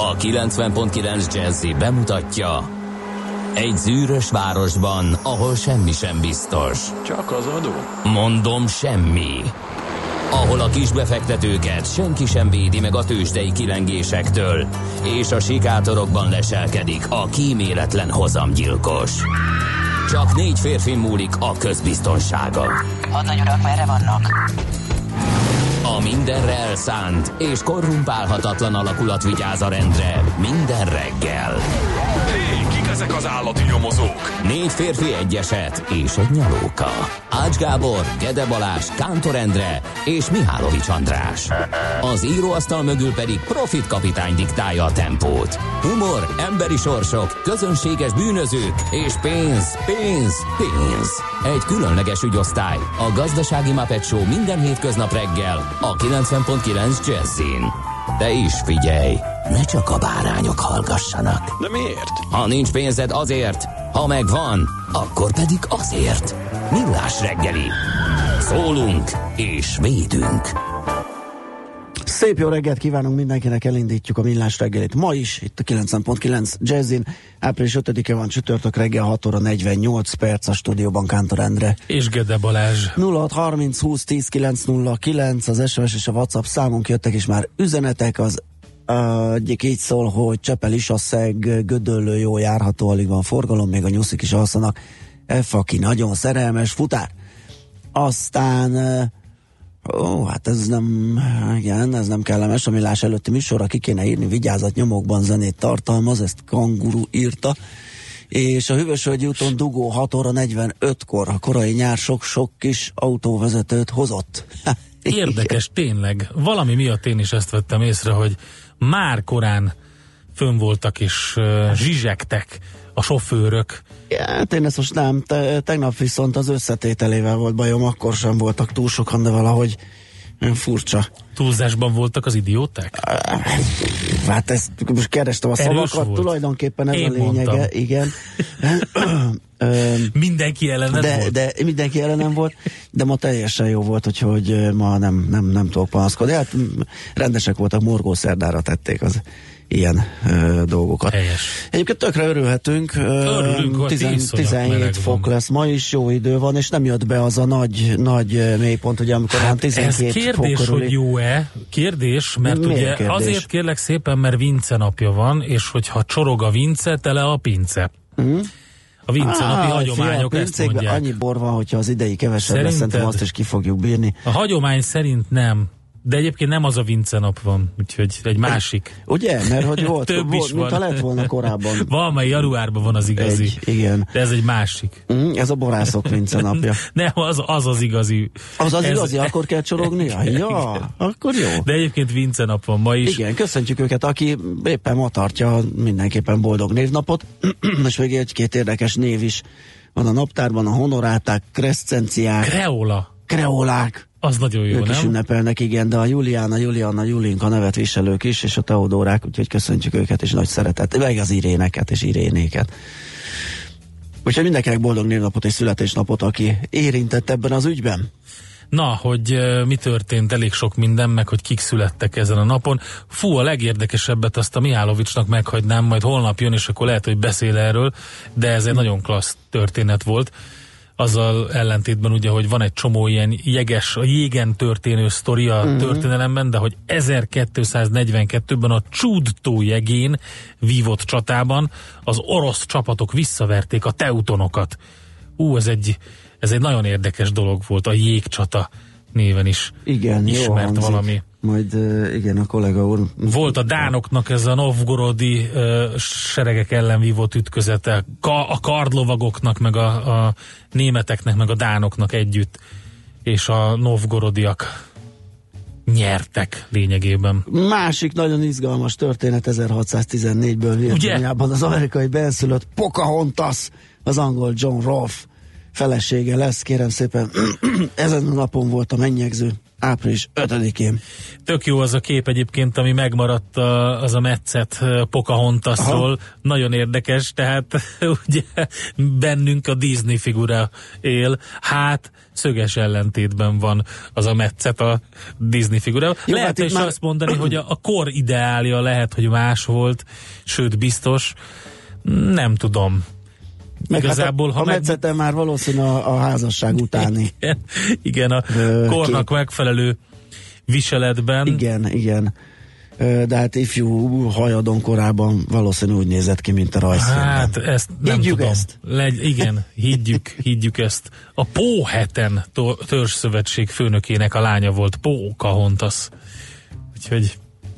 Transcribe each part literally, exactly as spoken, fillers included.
A kilencven pont kilenc Jazzy bemutatja: egy zűrös városban, ahol semmi sem biztos. Csak az adó? Mondom, semmi. Ahol a kisbefektetőket senki sem védi meg a tőzsdei kilengésektől, és a sikátorokban leselkedik a kíméletlen hozamgyilkos. Csak négy férfin múlik a közbiztonsága. Hadnagy urak, merre vannak? A mindenre elszánt és korrumpálhatatlan alakulat vigyáz a rendre minden reggel. Hé, kik ezek az állati nyomozók? Négy férfi, egy eset és egy nyalóka. Ács Gábor, Gede Balázs, Kántor Endre és Mihálovics András. Az íróasztal mögül pedig Profit kapitány diktálja a tempót. Humor, emberi sorsok, közönséges bűnözők és pénz, pénz, pénz. Egy különleges ügyosztály, a Gazdasági Muppet Show minden hétköznap reggel a kilencven pont kilenc Jazzin. De is figyelj, ne csak a bárányok hallgassanak. De miért? Ha nincs pénzed, azért, ha megvan, akkor pedig azért. Millás reggeli. Szólunk és védünk. Szép jó reggelt kívánunk mindenkinek, elindítjuk a Millás reggelit. Ma is, itt a kilencven pont kilenc Jazzin. április ötödike van, csütörtök reggel, hat óra negyvennyolc perc, a stúdióban Kántor Endre. És Gede Balázs. nulla hat harminc húsz tíz kilenc nulla kilenc az es em es és a WhatsApp számunk, jöttek is már üzenetek, az uh, egyik így szól, hogy Csepel is a szeg, Gödöllő jó járható, alig van forgalom, még a nyuszik is alszanak. F, aki nagyon szerelmes, futár. Aztán uh, ó, hát ez nem, igen, ez nem kellemes, a Millás előtti műsorra ki kéne írni, vigyázat, nyomokban zenét tartalmaz, ezt Kanguru írta, és a Hűvösvölgyi úton dugó hat óra negyvenötkor, a korai nyár sok-sok kis autóvezetőt hozott. Érdekes, tényleg. Valami miatt én is ezt vettem észre, hogy már korán fönn voltak és uh, zsizsegtek a sofőrök. Ja, hát én ezt most nem, te, tegnap viszont az összetételével volt bajom, akkor sem voltak túl sokan, de valahogy furcsa. Túlzásban voltak az idióták? Hát ezt most kerestem a Erős szavakat, volt. Tulajdonképpen ez Én a lényege, mondtam. igen. Mindenki ellened de, volt? de mindenki ellenem volt, de ma teljesen jó volt, úgyhogy ma nem, nem, nem tudok panaszkodni. Hát rendesek voltak, morgószerdára tették az ilyen ö, dolgokat. Helyes. Egyébként tökre örülhetünk. Örülünk, hogy tizenhét fok lesz, ma is jó idő van, és nem jött be az a nagy, nagy mélypont, ugye, amikor hát tizenkét ez kérdés, fok körüli. hogy jó-e? Kérdés, mert Miért ugye kérdés? azért kérlek szépen, mert Vince napja van, és hogyha csorog a Vince, tele a pince. Mm. A Vince napi Á, hagyományok fia, ezt mondják. annyi bor van, hogyha az idei kevesebb lesz, szerintem azt is ki fogjuk bírni. A hagyomány szerint nem. De egyébként nem az a Vince nap van, úgyhogy egy másik. Ugye? Mert hogy volt, Több volt is mint van. ha lett volna korábban. Valamely januárban van az igazi. Egy, igen. De ez egy másik. Mm, ez a borászok Vince napja. Nem, az az, az igazi. Az az ez, igazi, akkor kell csorognia? Ja, akkor jó. De egyébként Vince nap van ma is. Igen, köszöntjük őket, aki éppen ma tartja mindenképpen boldog névnapot, és még egy-két érdekes név is van a naptárban, a honoráták, kreszcenciák, Kreola. kreolák. Az nagyon jó, Ők nem? is ünnepelnek, igen, de a Juliana, Juliana, Julinka nevet viselők is, és a Teodórák, úgyhogy köszöntjük őket, és nagy szeretet, meg az Iréneket és Irénéket. Úgyhogy mindenkinek boldog névnapot és születésnapot, aki érintett ebben az ügyben. Na, hogy uh, mi történt, elég sok minden, meg hogy kik születtek ezen a napon. Fú, a legérdekesebbet azt a Mihálovicsnak meghagynám, majd holnap jön, és akkor lehet, hogy beszél erről, de ez egy nagyon klassz történet volt. Azzal ellentétben ugye, hogy van egy csomó ilyen jeges, a jégen történő sztori a mm-hmm. történelemben, de hogy ezerkétszáznegyvenkettőben a Csúd-tó jegén vívott csatában az orosz csapatok visszaverték a teutonokat. Ú, ez egy, ez egy nagyon érdekes dolog volt, a jégcsata néven is igen, ismert jó valami. Majd uh, igen, a kollega úr. Volt a dánoknak ez a novgorodi uh, seregek ellen vívott ütközete, Ka- a kardlovagoknak, meg a, a németeknek, meg a dánoknak együtt, és a novgorodiak nyertek lényegében. Másik nagyon izgalmas történet ezerhatszáztizennégyből Virginiában az amerikai benszülött Pocahontas, az angol John Rolfe felesége lesz, kérem szépen. Ezen a napon volt a mennyegző. április ötödikén. Tök jó az a kép egyébként, ami megmaradt, a, az a metszet Pocahontasról. Nagyon érdekes, tehát ugye bennünk a Disney figura él, hát szöges ellentétben van az a metszet a Disney figura. Jó, lehet hát is már... azt mondani, hogy a, a kor ideálja lehet, hogy más volt, sőt biztos, nem tudom. Meg igazából, hát a, ha a meg... metszete már valószínű a, a házasság utáni. Igen, igen a Ö, kornak kép. Megfelelő viseletben. Igen, igen. Ö, de hát ifjú hajadon korában valószínű úgy nézett ki, mint a rajzfilmben. Hát ezt nem higgyük tudom. Ezt. Legy, igen, higgyük, higgyük ezt. A Póheten törzsszövetség főnökének a lánya volt, Pocahontas. Úgyhogy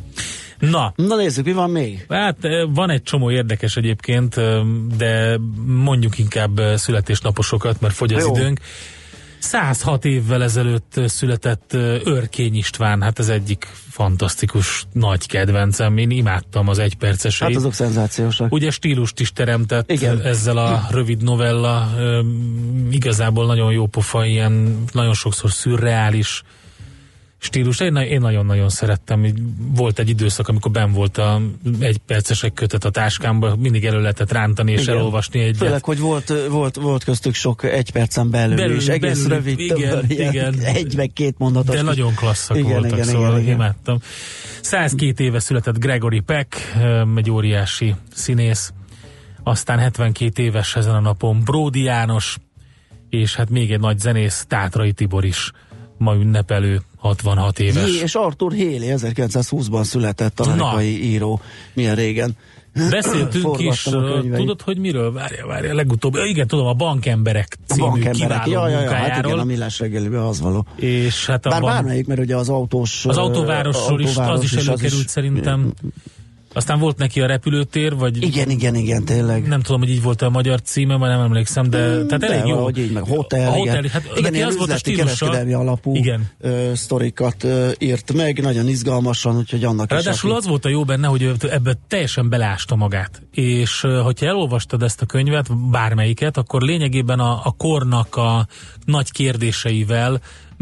Na. Na nézzük, mi van még? Hát van egy csomó érdekes egyébként, de mondjuk inkább születésnaposokat, mert fogy az Jó. időnk. száz hat évvel ezelőtt született Örkény István, hát ez egyik fantasztikus nagy kedvencem. Én imádtam az egyperceseit. Hát azok szenzációsak. Ugye stílust is teremtett Igen. ezzel a rövid novella. Igazából nagyon jó pofa, ilyen nagyon sokszor szürreális stílus. Én, én nagyon-nagyon szerettem. Volt egy időszak, amikor benn volt a egypercesek kötet a táskámba, mindig elő lehetett rántani és igen. elolvasni egyet. Főleg, hogy volt, volt, volt köztük sok egy percen belül, belül és egész belül, rövid, igen, több, igen. egy meg két mondatos. De kis... nagyon klasszak igen, voltak, igen, szóval igen, igen. imádtam. százkettő éve született Gregory Peck, egy óriási színész, aztán hetvenkét éves ezen a napon Bródi János, és hát még egy nagy zenész, Tátrai Tibor is ma ünnepelő hatvanhat éves. Jé, és Arthur Haley ezerkilencszázhúszban született, amerikai író. Milyen régen. Beszéltünk is, tudod, hogy miről? Várja, várja, legutóbb. Igen, tudom, a Bankemberek című Bankemberek. kiváló ja, ja, ja, munkájáról. Hát igen, a Millás reggeliben az való. És hát Bár ban... bármelyik, mert ugye az autós... Az autóvárosról is, az is előkerült szerintem. Aztán volt neki a repülőtér, vagy... Igen, igen, igen, tényleg. Nem tudom, hogy így volt a magyar címe, vagy nem emlékszem, de... Mm, tehát elég de, jó. Hogy így, meg hotel, a hotel, igen. Hát, igen, ilyen az volt a stílusa. Kereskedelmi alapú igen. Ö, sztorikat ö, írt meg, nagyon izgalmasan, úgyhogy annak Ráadásul is... Ráadásul az volt a jó benne, hogy ebbe teljesen belásta magát. És hogyha elolvastad ezt a könyvet, bármelyiket, akkor lényegében a, a kornak a nagy kérdéseivel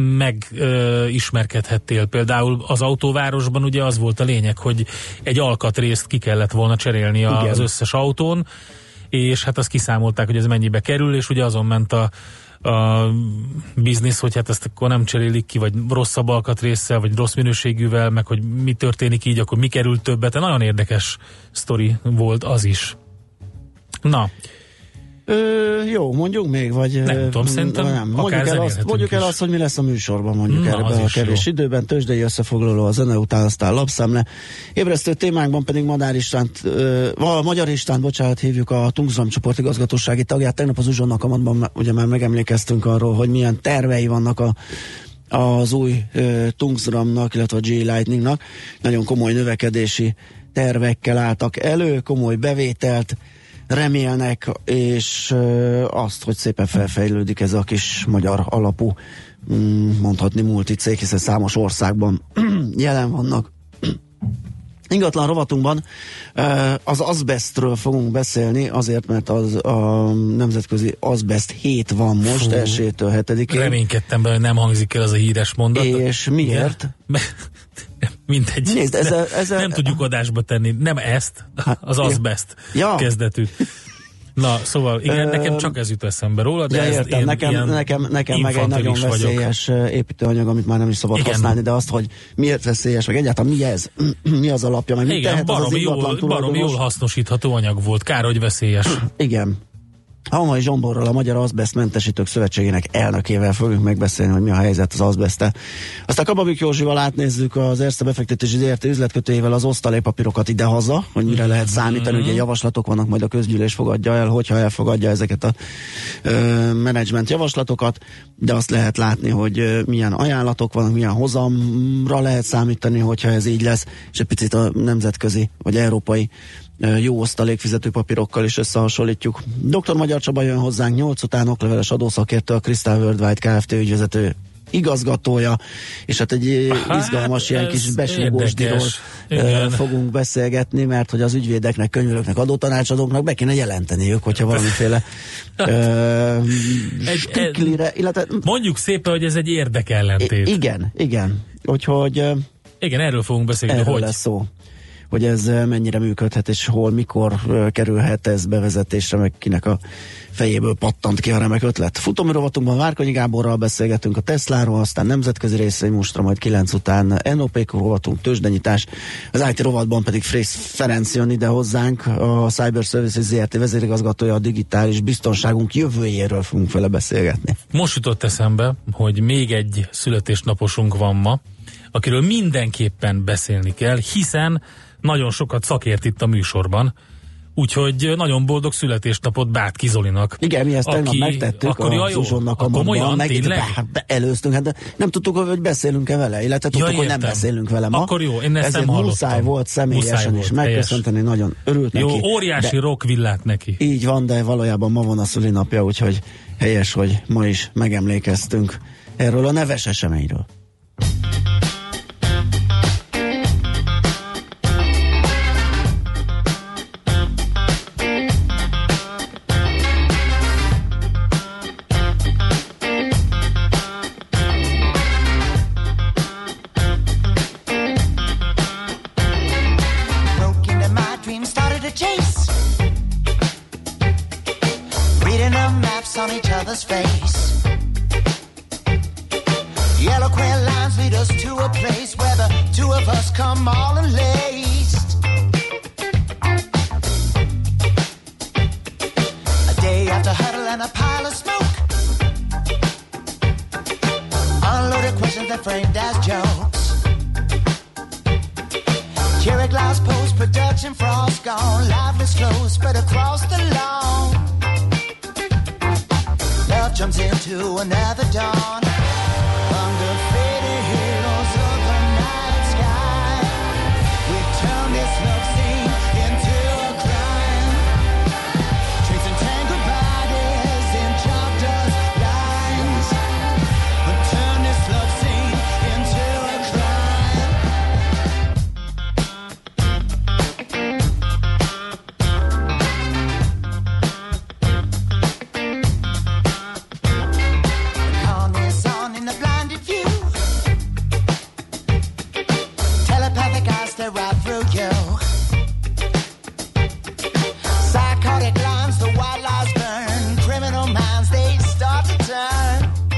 megismerkedhettél. Például az autóvárosban ugye az volt a lényeg, hogy egy alkatrészt ki kellett volna cserélni a, az összes autón, és hát azt kiszámolták, hogy ez mennyibe kerül, és ugye azon ment a, a biznisz, hogy hát ezt akkor nem cserélik ki, vagy rosszabb alkatrésszel, vagy rossz minőségűvel, meg hogy mi történik így, akkor mi kerül többet. Nagyon érdekes sztori volt az is. Na, Ö, jó, mondjuk még, vagy... Nem tudom, szerintem nem. Mondjuk, el azt, mondjuk el azt, hogy mi lesz a műsorban, mondjuk erre a kevés jó. időben. Tőzsdei összefoglaló a zene után, aztán lapszemle. Ébresztő témánkban pedig Madár Istvánt, a Magyar István, bocsánat, hívjuk a Tungsram csoport igazgatósági tagját. Tegnap az Uzsonna kamatban ugye már megemlékeztünk arról, hogy milyen tervei vannak a az új uh, Tungsramnak, illetve a G-Lightningnak. Nagyon komoly növekedési tervekkel álltak elő, komoly bevételt remélnek, és ö, azt, hogy szépen felfejlődik ez a kis magyar alapú, mm, mondhatni multicég, hiszen számos országban jelen vannak. Ingatlan rovatunkban ö, az azbestről fogunk beszélni, azért, mert az a nemzetközi azbest hét van most, Fú, elsőtől hetedikén. Reménykedtem be, hogy nem hangzik el az a híres mondat. És miért? Mindegy. Nézd, ezzel, ezzel... Nem tudjuk adásba tenni. Nem ezt, az azbest ja. kezdetű. Na, szóval igen, nekem csak ez jut eszembe róla, de ja, ez értem, én, nekem, nekem, nekem meg egy nagyon veszélyes vagyok. építőanyag, amit már nem is szabad igen. használni, de azt, hogy miért veszélyes, meg egyáltalán mi ez, mi az alapja, meg igen, mit tehet az az jól, baromi jól hasznosítható anyag volt, kár, hogy veszélyes. Igen. Hamai Zsomborral, a Magyar Azbest Mentesítők Szövetségének elnökével fogunk megbeszélni, hogy mi a helyzet az azbesttel. Aztán Kababik Józsival átnézzük az Erste befektetési zé er té üzletkötőjével az osztalékpapírokat ide-haza, hogy mire lehet számítani, ugye javaslatok vannak, majd a közgyűlés fogadja el, hogyha elfogadja ezeket a ö, menedzsment javaslatokat, de azt lehet látni, hogy ö, milyen ajánlatok vannak, milyen hozamra lehet számítani, hogyha ez így lesz, és egy picit a nemzetközi vagy európai jó osztalékfizető papírokkal is összehasonlítjuk. doktor Magyar Csaba jön hozzánk nyolc után, okleveles adószakértő, a Crystal Worldwide Kft. Ügyvezető igazgatója, és hát egy hát, izgalmas ilyen kis besúgósdiról fogunk beszélgetni, mert hogy az ügyvédeknek, könyvelőknek, adótanácsadóknak be kéne jelenteniük, hogyha valamiféle uh, stiklire, illetve... Mondjuk szépen, hogy ez egy érdekellentét. Igen, igen. Úgyhogy... Uh, igen, erről fogunk beszélni, erről hogy... lesz szó. Hogy ez mennyire működhet, és hol, mikor kerülhet ez bevezetésre, meg kinek a fejéből pattant ki a remek ötlet. Futómű rovatunkban Várkonyi Gáborral beszélgetünk a Tesláról, aztán nemzetközi részvénymustra, majd kilenc után en o pé rovatunk, tőzsdenyítás. Az i té rovatban pedig Frész Ferenc jön ide hozzánk, a Cyber Services zé er té vezérigazgatója, a digitális biztonságunk jövőjéről fogunk vele beszélgetni. Most jutott eszembe, hogy még egy születésnaposunk van ma, akiről mindenképpen beszélni kell, hiszen nagyon sokat szakért itt a műsorban, úgyhogy nagyon boldog születésnapot Bátki Zolinak. Igen, mi ezt tegnap megtettük akkor a Zsuzsonnak a magban, meg be, be, előztünk, hát de nem tudtuk, hogy beszélünk-e vele, illetve tudtuk, ja, hogy nem beszélünk vele ma. Akkor jó, én ezt nem hallottam. Muszáj volt személyesen muszáj is volt, megköszönteni, helyes. Nagyon örült jó, neki. Jó, óriási rockvillát neki. Így van, de valójában ma van a szülinapja, úgyhogy helyes, hogy ma is megemlékeztünk erről a neves eseményről. Face. Yellow queer lines lead us to a place where the two of us come all unlaced. A day after huddle and a pile of smoke, unloaded questions that framed as jokes. Cherry glass post production frost gone, lifeless clothes spread across the lawn. Love jumps into another dawn under faded halos of the night sky. We turn this love scene into a crime, tracing tangled bodies in chalk dust lines. We turn this love scene into a crime. Right through you. Psychotic lines, the white lies burn. Criminal minds, they start to turn.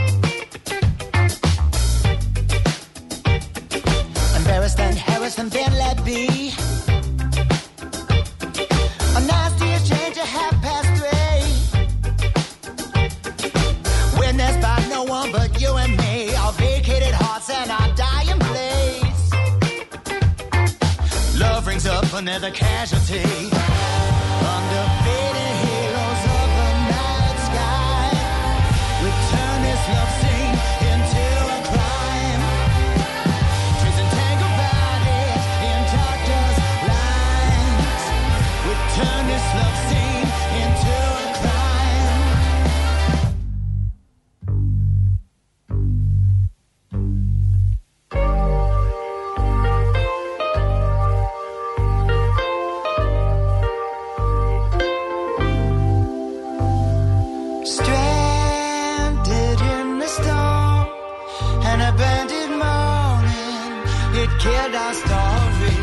Embarrassed and harassed and then let be. A nasty exchange at half past three. Witnessed by no one but you and me. Our vacated hearts and our dying place. Love rings up another casualty under faded halos of the night sky. We turn this love scene into a crime, tracing tangled bodies in dark dust lines. We turn this love scene into a crime. Killed our story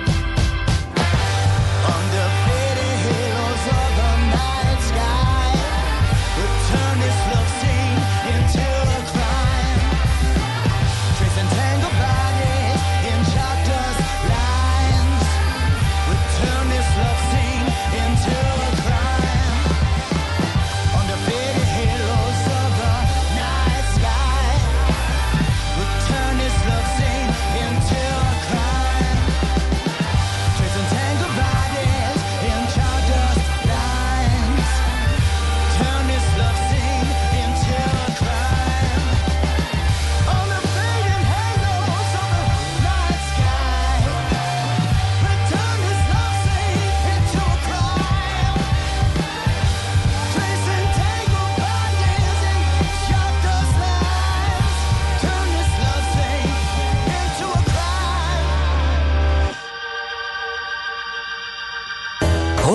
under faded halos of the night sky. We turn this love scene into a crime, tracing tangled bodies in chalk dust lines. We turn this love scene into a crime under faded halos of the night sky. We turn this love scene into a crime.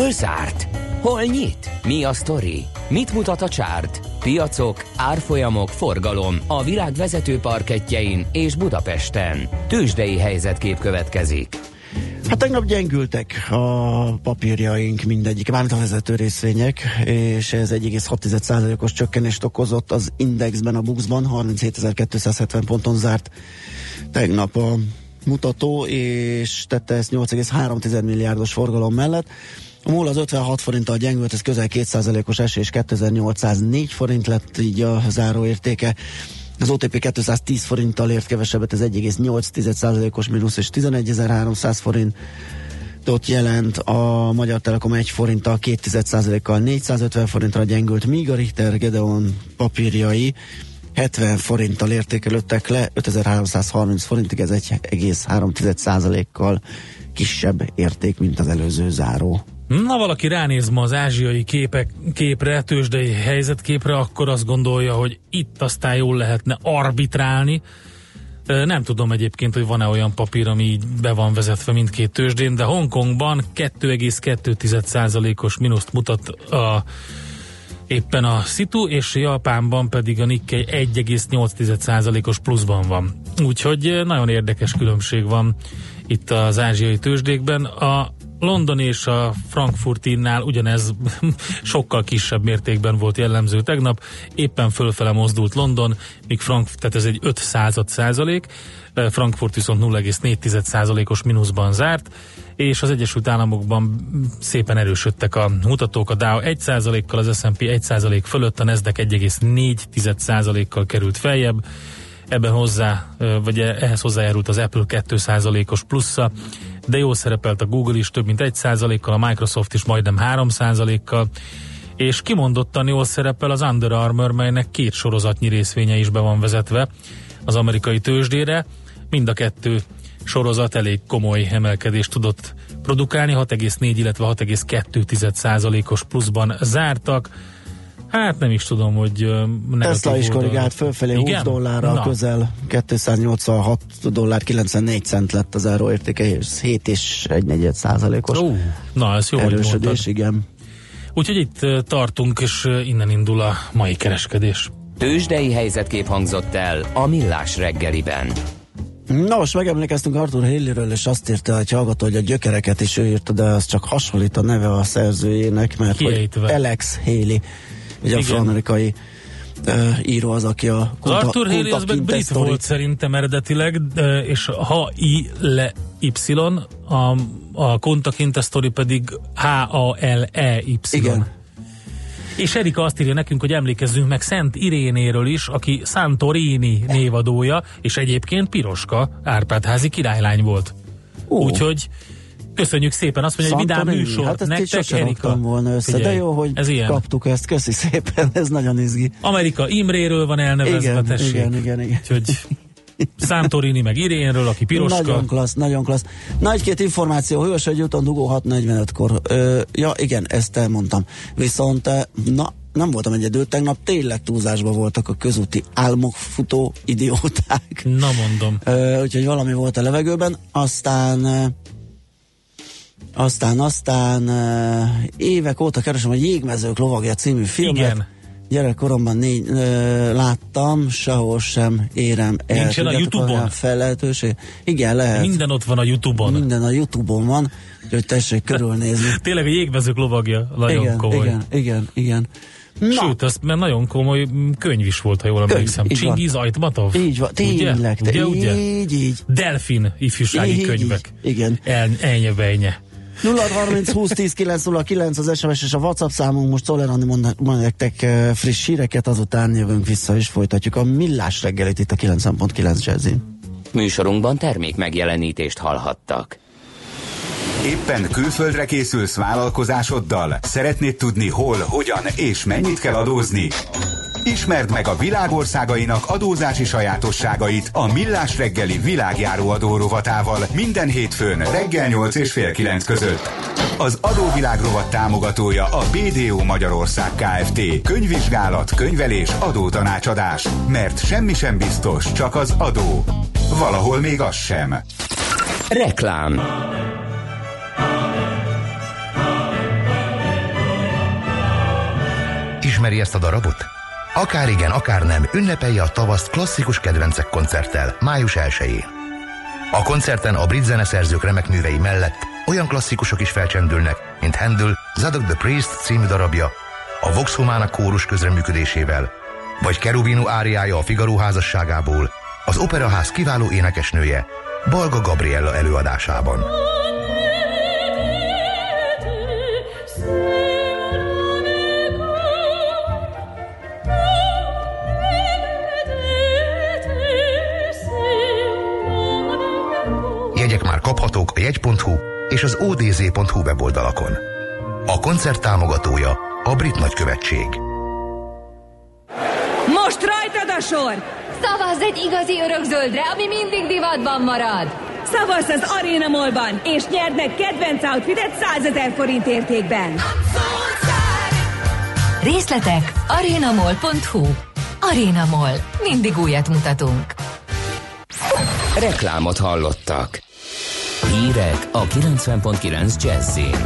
Hol zárt? Hol nyit? Mi a sztori? Mit mutat a csárt? Piacok, árfolyamok, forgalom a világ vezető parkettjein és Budapesten. Tőzsdei helyzetkép következik. Hát tegnap gyengültek a papírjaink mindegyik, mármint a vezető részvények, és ez egy egész hat százalékos csökkenést okozott az indexben, a buxban, harminchétezer-kétszázhetven ponton zárt tegnap a mutató, és tette ezt nyolc egész három milliárdos forgalom mellett. A MOL az ötvenhat forinttal gyengült, ez közel két százalékos esés, kétezer-nyolcszáznégy forint lett így a záróértéke. Az o té pé kétszáztíz forinttal ért kevesebbet, ez egy egész nyolc százalékos mínusz, és tizenegyezer-háromszáz forintot jelent. A Magyar Telekom egy forinttal, két százalékkal négyszázötven forintra gyengült, míg a Richter Gedeon papírjai hetven forinttal értékelődtek le, ötezer-háromszázharminc forintig, ez egy egész három százalékkal kisebb érték, mint az előző záró. Na, valaki ránéz ma az ázsiai képek, képre, tőzsdei helyzetképre, akkor azt gondolja, hogy itt aztán jól lehetne arbitrálni. Nem tudom egyébként, hogy van-e olyan papír, ami így be van vezetve mindkét tőzsdén, de Hongkongban két egész kettő százalékos mínuszt mutat a, éppen a szitu, és Japánban pedig a Nikkei egy egész nyolc százalékos pluszban van. Úgyhogy nagyon érdekes különbség van itt az ázsiai tőzsdékben. A London és a Frankfurtinnál ugyanez sokkal kisebb mértékben volt jellemző tegnap, éppen fölfele mozdult London, míg Frankfurt, tehát ez egy öt század százalék, Frankfurt viszont nulla egész négy százalékos mínuszban zárt, és az Egyesült Államokban szépen erősödtek a mutatók, a Dow egy százalékkal, az es and pé egy százalék fölött, a Nasdaq egy egész négy százalékkal került feljebb, ebben hozzá, vagy ehhez hozzájárult az Apple két százalékos plusza, de jól szerepelt a Google is több mint egy százalékkal, a Microsoft is majdnem három százalékkal, és kimondottan jól szerepel az Under Armour, melynek két sorozatnyi részvénye is be van vezetve az amerikai tőzsdére. Mind a kettő sorozat elég komoly emelkedést tudott produkálni, hat egész négy, illetve hat egész kettő százalékos pluszban zártak. Hát nem is tudom, hogy Tesla is korrigált fölfelé, húsz dollárral, közel kétszáznyolcvanhat dollár kilencvennégy cent lett az záróértéke, és hét és egy negyed százalékos uh, na, ez jó, erősödés, igen. Úgyhogy itt tartunk, és innen indul a mai kereskedés. Tőzsdei helyzetkép hangzott el a Millás reggeliben. Na, most megemlékeztünk Arthur Haleyről, és azt írta, hogy hallgató, hogy a gyökereket is ő írta, de az csak hasonlít a neve a szerzőjének, mert hogy Alex Haley, egy afroamerikai uh, író az, aki a Kunta, Arthur Haley az meg brit volt szerintem eredetileg, és ha I le Y, a, a Kunta Kinte Story pedig H A L E Y. Igen. És Erika azt írja nekünk, hogy emlékezzünk meg Szent Irénéről is, aki Santorini névadója, és egyébként Piroska Árpád-házi királylány volt. Uh. Úgyhogy köszönjük szépen, azt mondja, hogy vidám műsor hát ezt nektek, Erika. Volna össze, figyelj, de jó, hogy ez kaptuk ezt, köszi szépen, ez nagyon izgi. Amerika Imréről van elnevezve, igen, tessék. Igen, igen, igen. Úgyhogy Santorini meg Irénről, aki Piroska. Nagyon klassz, nagyon klassz. Na, egy-két információ, Hősvegy úton dugó hat negyvenötkor. Ö, ja, igen, ezt elmondtam. Viszont, na, nem voltam egyedül, tegnap tényleg túlzásban voltak a közúti álmokfutó idióták. Na, mondom. Ö, úgyhogy valami volt a levegőben. Aztán aztán, aztán évek óta keresem a Jégmezők lovagja című filmet. Igen. Gyerekkoromban négy, ö, láttam, sehol sem érem el. Nincsen a YouTube-on? Fellehetőség. Igen, lehet. Minden ott van a YouTube-on. Minden a YouTube-on van, úgyhogy tessék körülnézni. Tényleg a Jégmezők lovagja, nagyon igen, komoly. Igen, igen, igen. Na. Sőt, az mert nagyon komoly könyv is volt, ha jól emlékszem. Csingiz Ajtmatov. Így van, tényleg. Ugye? Te, ugye, így, ugye? így. Delfin ifjúsági így, könyvek. Így, igen. El, elnye-bejnye. nulla harminc húsz tíz kilenc nulla kilenc az es em es és a WhatsApp számunk. Most Czoller Andi mond, mond nektek friss híreket, azután jövünk vissza és folytatjuk a Millás reggelit itt a kilenc pont kilenc Jazzin. Műsorunkban termék megjelenítést hallhattak. Éppen külföldre készülsz vállalkozásoddal? Szeretnéd tudni hol, hogyan és mennyit kell adózni? Ismerd meg a világ országainak adózási sajátosságait a Millás reggeli világjáró adó rovatával minden hétfőn reggel nyolc és fél kilenc között. Az adóvilág rovat támogatója a bé dé o Magyarország Kft. Könyvvizsgálat, könyvelés, adótanácsadás. Mert semmi sem biztos, csak az adó. Valahol még az sem. Reklám. ismeri ezt a darabot? Akár igen, akár nem, ünnepelje a tavaszt klasszikus kedvencek koncerttel május elsején. A koncerten a brit zeneszerzők remek művei mellett olyan klasszikusok is felcsendülnek, mint Handel Zadok the Priest című darabja, a Vox Humana kórus közreműködésével, vagy Cherubino áriája a Figaro házasságából, az Operaház kiváló énekesnője, Balga Gabriella előadásában. Jegyek már kaphatók a jegy pont hu és az o d z pont hu weboldalakon. A koncert támogatója a Brit Nagykövetség. Most rajtad a sor! Szavazz egy igazi örökzöldre, ami mindig divatban marad! Szavazz az Arena Mallban, és nyerd meg kedvenc outfitet százezer forint értékben! Részletek arénamall pont hu. Arena Mall. Mindig újat mutatunk. Reklámot hallottak. Hírek a kilencven pont kilenc Jazzin.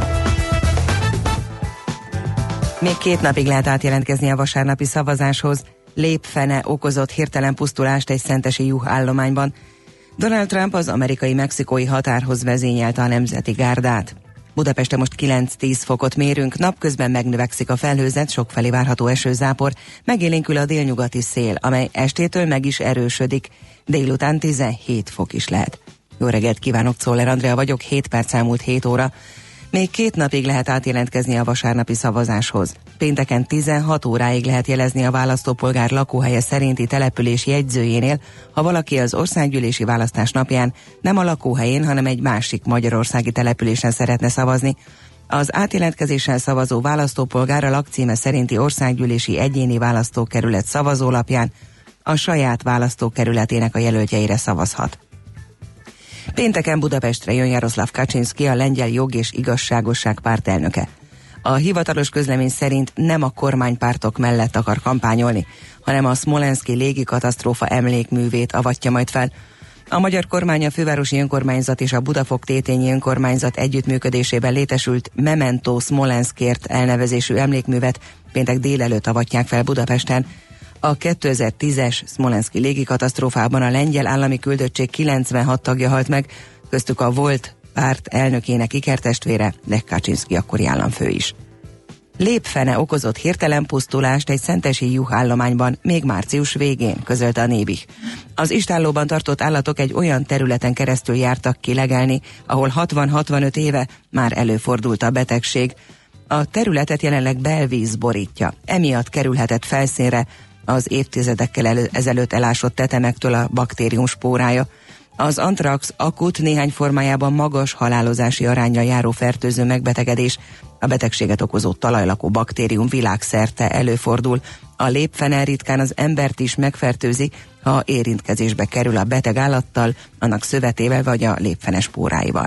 Még két napig lehet átjelentkezni a vasárnapi szavazáshoz. Lépfene okozott hirtelen pusztulást egy szentesi juh állományban. Donald Trump az amerikai-mexikói határhoz vezényelte a nemzeti gárdát. Budapesten most kilenc-tíz fokot mérünk, napközben megnövekszik a felhőzet, sokfelé várható esőzápor, megélénkül a délnyugati szél, amely estétől meg is erősödik, délután tizenhét fok is lehet. Jó reggelt kívánok, Czoller Andrea vagyok, hét perc elmúlt hét óra. Még két napig lehet átjelentkezni a vasárnapi szavazáshoz. Pénteken tizenhat óráig lehet jelezni a választópolgár lakóhelye szerinti település jegyzőjénél, ha valaki az országgyűlési választás napján nem a lakóhelyén, hanem egy másik magyarországi településen szeretne szavazni. Az átjelentkezéssel szavazó választópolgár a lakcíme szerinti országgyűlési egyéni választókerület szavazólapján a saját választókerületének a jelöltjeire szavazhat. Pénteken Budapestre jön Jaroszláv Kaczynszki, a lengyel jog és igazságosság párt elnöke. A hivatalos közlemény szerint nem a kormánypártok mellett akar kampányolni, hanem a szmolenszki légikatasztrófa emlékművét avatja majd fel. A magyar kormány, a fővárosi önkormányzat és a Budafok-Tétényi önkormányzat együttműködésében létesült Memento Smolenskért elnevezésű emlékművet péntek délelőtt avatják fel Budapesten. A kétezer-tízes szmolenszki légikatasztrófában a lengyel állami küldöttség kilencvenhat tagja halt meg, köztük a volt párt elnökének ikertestvére, Lech Kaczynszki akkori államfő is. Lépfene okozott hirtelen pusztulást egy szentesi juhállományban még március végén, közölte a Nébih. Az istállóban tartott állatok egy olyan területen keresztül jártak ki legelni, ahol hatvan-hatvanöt éve már előfordult a betegség. A területet jelenleg belvíz borítja, emiatt kerülhetett felszínre az évtizedekkel elő, ezelőtt elásott tetemektől a baktérium spórája. Az antrax akut, néhány formájában magas halálozási aránnyal járó fertőző megbetegedés, a betegséget okozó talajlakó baktérium világszerte előfordul. A lépfene ritkán az embert is megfertőzi, ha érintkezésbe kerül a beteg állattal, annak szövetével vagy a lépfene spóráival.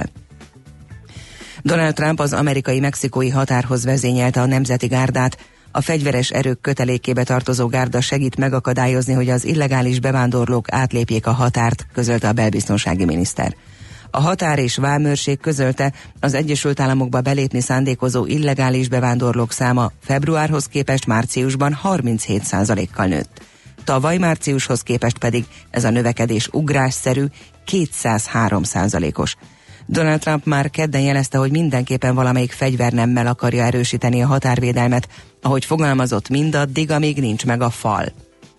Donald Trump az amerikai-mexikói határhoz vezényelte a nemzeti gárdát. A fegyveres erők kötelékébe tartozó gárda segít megakadályozni, hogy az illegális bevándorlók átlépjék a határt, közölte a belbiztonsági miniszter. A határ és vámőrség közölte, az Egyesült Államokba belépni szándékozó illegális bevándorlók száma februárhoz képest márciusban harminchét százalékkal nőtt. Tavaly márciushoz képest pedig ez a növekedés ugrásszerű, kétszázhárom százalékos. Donald Trump már kedden jelezte, hogy mindenképpen valamelyik fegyvernemmel akarja erősíteni a határvédelmet, ahogy fogalmazott, mindaddig, amíg nincs meg a fal.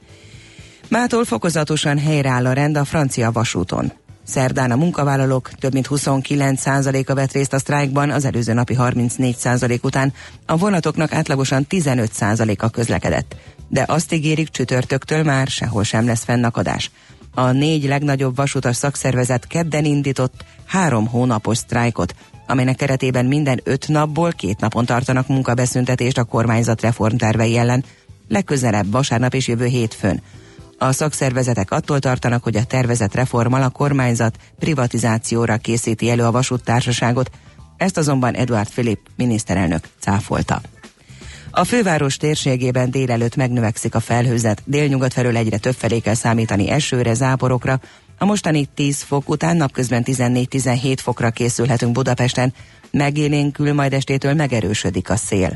Mától fokozatosan helyreáll a rend a francia vasúton. Szerdán a munkavállalók több mint huszonkilenc százaléka vett részt a sztrájkban, az előző napi harmincnégy százalék után, a vonatoknak átlagosan tizenöt százaléka közlekedett. De azt ígérik, csütörtöktől már sehol sem lesz fennakadás. A négy legnagyobb vasutas szakszervezet kedden indított három hónapos sztrájkot, amelynek keretében minden öt napból két napon tartanak munkabeszüntetést a kormányzat reformtervei ellen, legközelebb vasárnap és jövő hétfőn. A szakszervezetek attól tartanak, hogy a tervezett reformmal a kormányzat privatizációra készíti elő a vasúttársaságot, ezt azonban Eduard Philippe miniszterelnök cáfolta. A főváros térségében délelőtt megnövekszik a felhőzet, délnyugat felől egyre többfelé kell számítani esőre, záporokra. A mostani tíz fok után napközben tizennégy-tizenhét fokra készülhetünk Budapesten, megélénkül, majd estétől megerősödik a szél.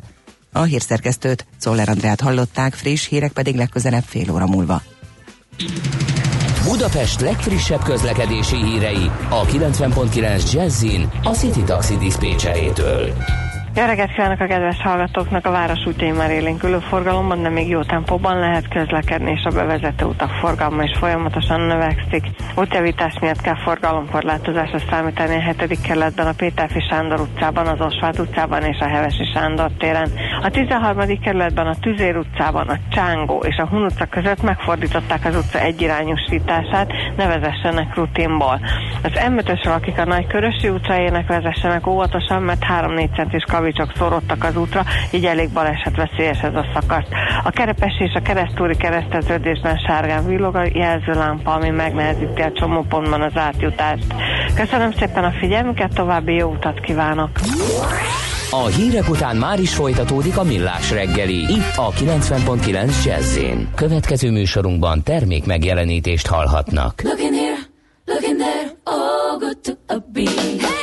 A hírszerkesztőt, Czoller Andrát hallották, friss hírek pedig legközelebb fél óra múlva. Budapest legfrissebb közlekedési hírei a kilencven pont kilenc Jazzin a City Taxi diszpécserétől. Jó reggelt kívánok a kedves hallgatóknak! A város útjain már élénkülő forgalomban, de még jó tempóban lehet közlekedni, és a bevezető utak forgalma is folyamatosan növekszik. Útjavítás miatt kell forgalomkorlátozásra számítani a hetedik kerületben, a Péterfi Sándor utcában, az Osváth utcában és a Hevesi Sándor téren. A tizenharmadik kerületben a Tüzér utcában, a Csángó és a Hun utca között megfordították az utca egyirányúsítását, ne vezessenek rutinból. Az em ötösről, akik a Nagykörösi utcájának vezessenek óvatosan, mert három-négy centis kavicsok szórodtak az útra, így elég balesetveszélyes ez a szakasz. A Kerepesi és a Keresztúri kereszteződésben sárgán villog a jelzőlámpa, ami megnehezíti a csomópontban az átjutást. Köszönöm szépen a figyelmüket, további jó utat kívánok! A hírek után már is folytatódik a Millás reggeli, itt a kilencven pont kilenc Jazz-én. Következő műsorunkban termék megjelenítést hallhatnak. Look in here, look in there, all good to a beat. Hey!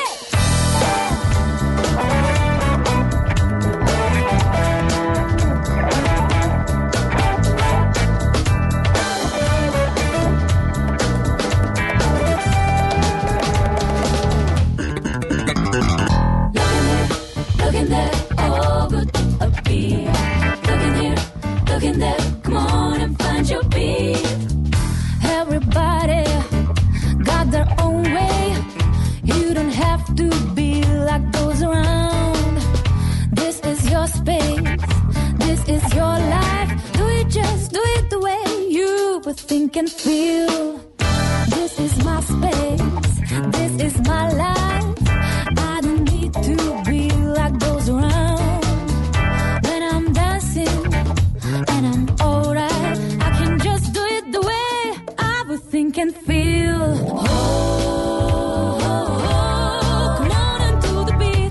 Come on and find your beat. Everybody got their own way. You don't have to be like those around. This is your space. This is your life. Do it just do it the way you would think and feel. This is my space. This is my life. I don't need to be like those around. When I'm dancing and I'm alright, I can just do it the way I would think and feel. Oh, oh, oh, come on and do the beat.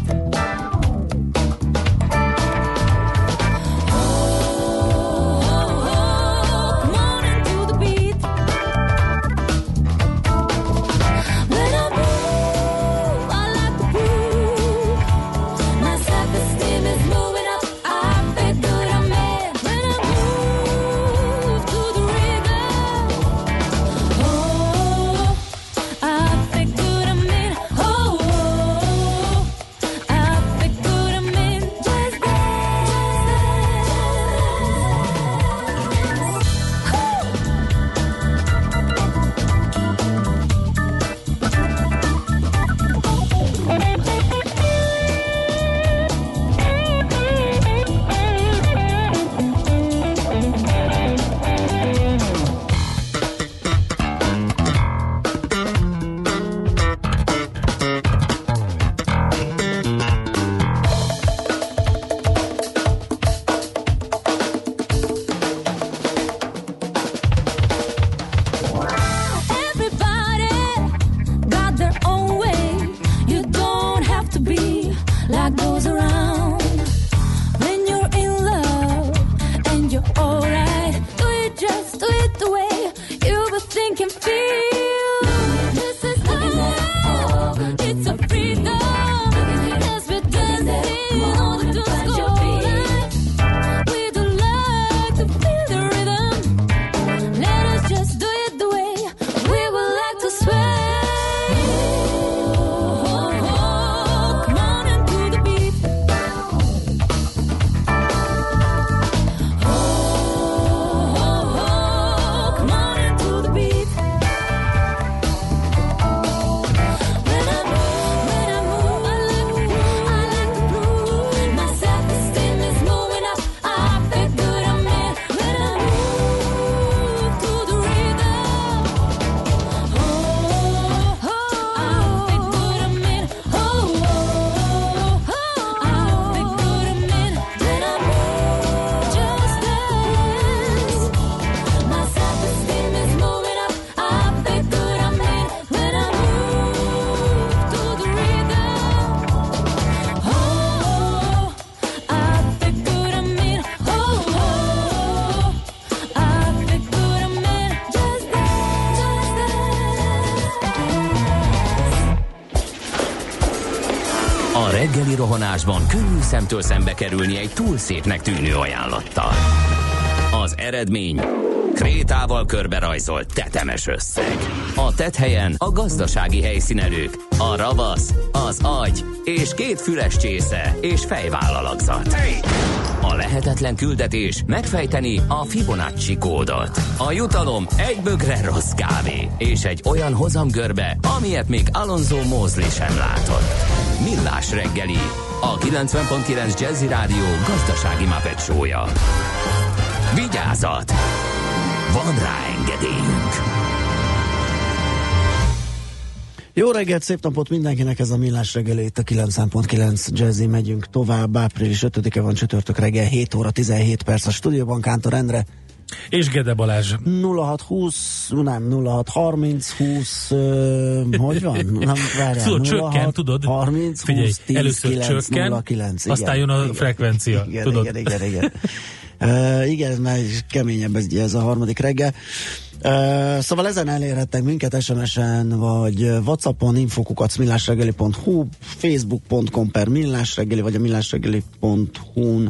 Oh, oh, oh, come on and do the beat. When I move, I like to prove my self-esteem is moving up. I feel good, I'm mad. When I move to the rhythm, oh, I feel good, I'm in. Oh, I feel good, I'm in. Just everybody got their own way. You don't have to be like those around. When you're in love and you're alright, do it just do it the way you would think and feel. This is love, it's a freedom. As we're dancing on the disco light, we do like to feel the rhythm. Let us just do it the way we would like to sway. Oh, oh, oh, come on and do the beat. A reggeli rohanásban könnyű szemtől szembe kerülni egy túl szépnek tűnő ajánlattal. Az eredmény krétával körberajzolt tetemes összeg. A tetthelyen a gazdasági helyszínelők, a ravasz, az agy és két füles csésze és fejvállalakzat. A lehetetlen küldetés megfejteni a Fibonacci kódot. A jutalom egy bögre rossz kávé és egy olyan hozamgörbe, amilyet még Alonso Mosley sem látott. Millás reggeli, a kilencven pont kilenc Jazzy Rádió gazdasági Muppet show-ja. Vigyázat! Van rá engedélyünk! Jó reggelt, szép napot mindenkinek, ez a Millás reggeli, itt a kilencven pont kilenc Jazzy, megyünk tovább. Április ötödike van, csütörtök reggel, hét óra tizenhét perc a stúdióban, Kántor Endre. És Gede Balázs. nulla hat húsz, nem, nulla hat harminc húsz, uh, hogy van? Nem, várjál, tudod, csökken, tudod? harminc, Figyelj, húsz, tíz, először kilenc, csökken, nulla kilenc, aztán jön a igen, frekvencia, igen, tudod? Igen, igen, igen. Uh, igen, mert keményebb ez, ez a harmadik reggel. Uh, szóval ezen elérhettek minket es em es-en, vagy WhatsAppon, infokukac millásreggeli pont hu, facebook pont com per millásreggeli, vagy a millásreggeli pont hu-n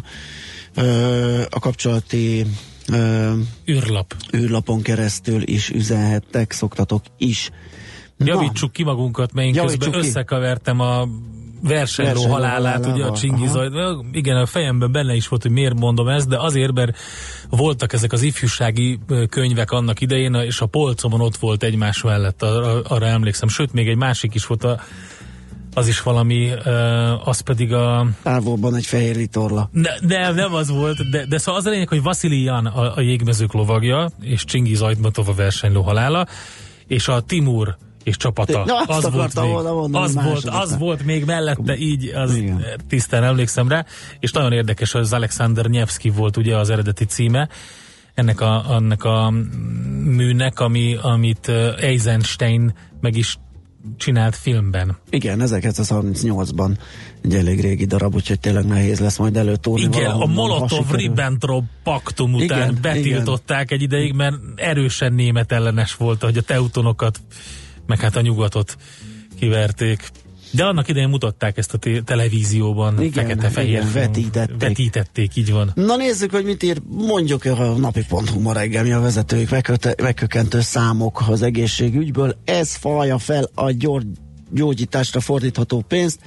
uh, a kapcsolati uh, űrlap. űrlapon keresztül is üzenhettek, szoktatok is. Javítsuk ki magunkat, mert én Javítsuk közben ki. összekevertem a versenyló Versenyló halálát, ugye a Csingizajt. Igen, a fejemben benne is volt, hogy miért mondom ezt, de azért, mert voltak ezek az ifjúsági könyvek annak idején, és a polcomon ott volt egymás mellett, arra, arra emlékszem. Sőt, még egy másik is volt, a, az is valami, az pedig a... Távolban egy fehér ritorla. Ne, de nem az volt, de, de szóval az a lényeg, hogy Vasili Jan a, a jégmezők lovagja, és Csingiz Ajtmatov a versenyló halála, és a Timur és csapata. Na, az volt, még, mondani, az, volt, az volt még mellette, így az igen. Tisztán emlékszem rá, és nagyon érdekes, hogy az Alexander Nevsky volt ugye az eredeti címe ennek a, ennek a műnek, ami, amit Eisenstein meg is csinált filmben. Igen, ezerkilencszázharmincnyolcban egy elég régi darab, úgyhogy tényleg nehéz lesz majd előtúrni. Igen, a Molotov-Ribbentrop paktum után igen, betiltották igen. egy ideig, mert erősen német ellenes volt, hogy a teutonokat meg hát a nyugatot kiverték. De annak idején mutatták ezt a te- televízióban, fekete-fehér vetítették. vetítették, így van. Na nézzük, hogy mit ír, mondjuk a napi pont hu ma reggel, mi a vezetőik megköte- megkökentő számok az egészségügyből. Ez falja fel a gyor- gyógyításra fordítható pénzt,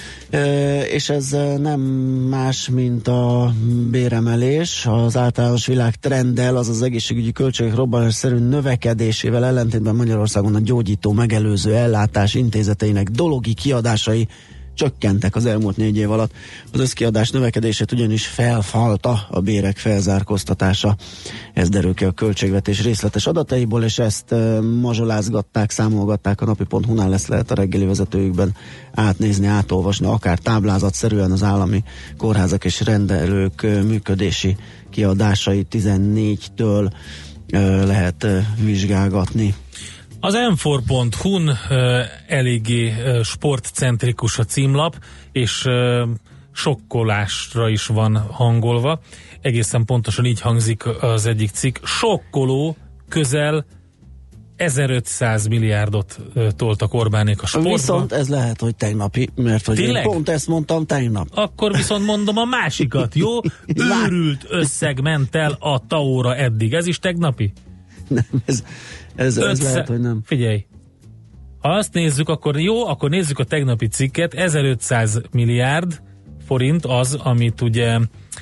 és ez nem más, mint a béremelés, az általános világ trenddel, az az egészségügyi költségek robbanásszerű növekedésével ellentétben Magyarországon a gyógyító megelőző ellátás intézeteinek dologi kiadásai csökkentek az elmúlt négy év alatt. Az összkiadás növekedését ugyanis felfalta a bérek felzárkóztatása. Ez derül ki a költségvetés részletes adataiból, és ezt uh, mazsolázgatták, számolgatták a napi pont hu-nál, lesz lehet a reggeli vezetőjükben átnézni, átolvasni, akár táblázatszerűen az állami kórházak és rendelők uh, működési kiadásai tizennégytől uh, lehet uh, vizsgálgatni. Az em négy pont hu-n uh, eléggé uh, sportcentrikus a címlap, és uh, sokkolásra is van hangolva. Egészen pontosan így hangzik az egyik cikk. Sokkoló, közel ezerötszáz milliárdot uh, toltak Orbánék a sportba. Viszont ez lehet, hogy tegnapi, mert hogy én pont ezt mondtam tegnap. Akkor viszont mondom a másikat, jó? Őrült összeg ment el a TAO-ra eddig. Ez is tegnapi? Nem, ez, ez, ez Ötsze... lehet, hogy nem. Figyelj, ha azt nézzük, akkor jó, akkor nézzük a tegnapi cikket. ezerötszáz milliárd forint az, amit ugye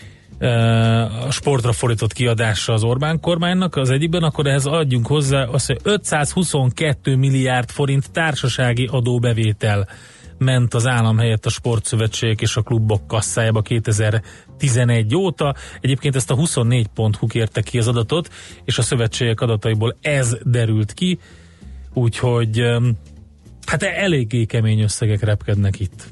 a sportra fordított kiadása az Orbán kormánynak az egyikben, akkor ehhez adjunk hozzá azt, hogy ötszázhuszonkettő milliárd forint társasági adóbevétel ment az állam helyett a sportszövetségek és a klubok kasszájába kétezer-tizenegy óta. Egyébként ezt a huszonnégy pont hu kérte ki az adatot, és a szövetségek adataiból ez derült ki, úgyhogy hát eléggé kemény összegek repkednek itt.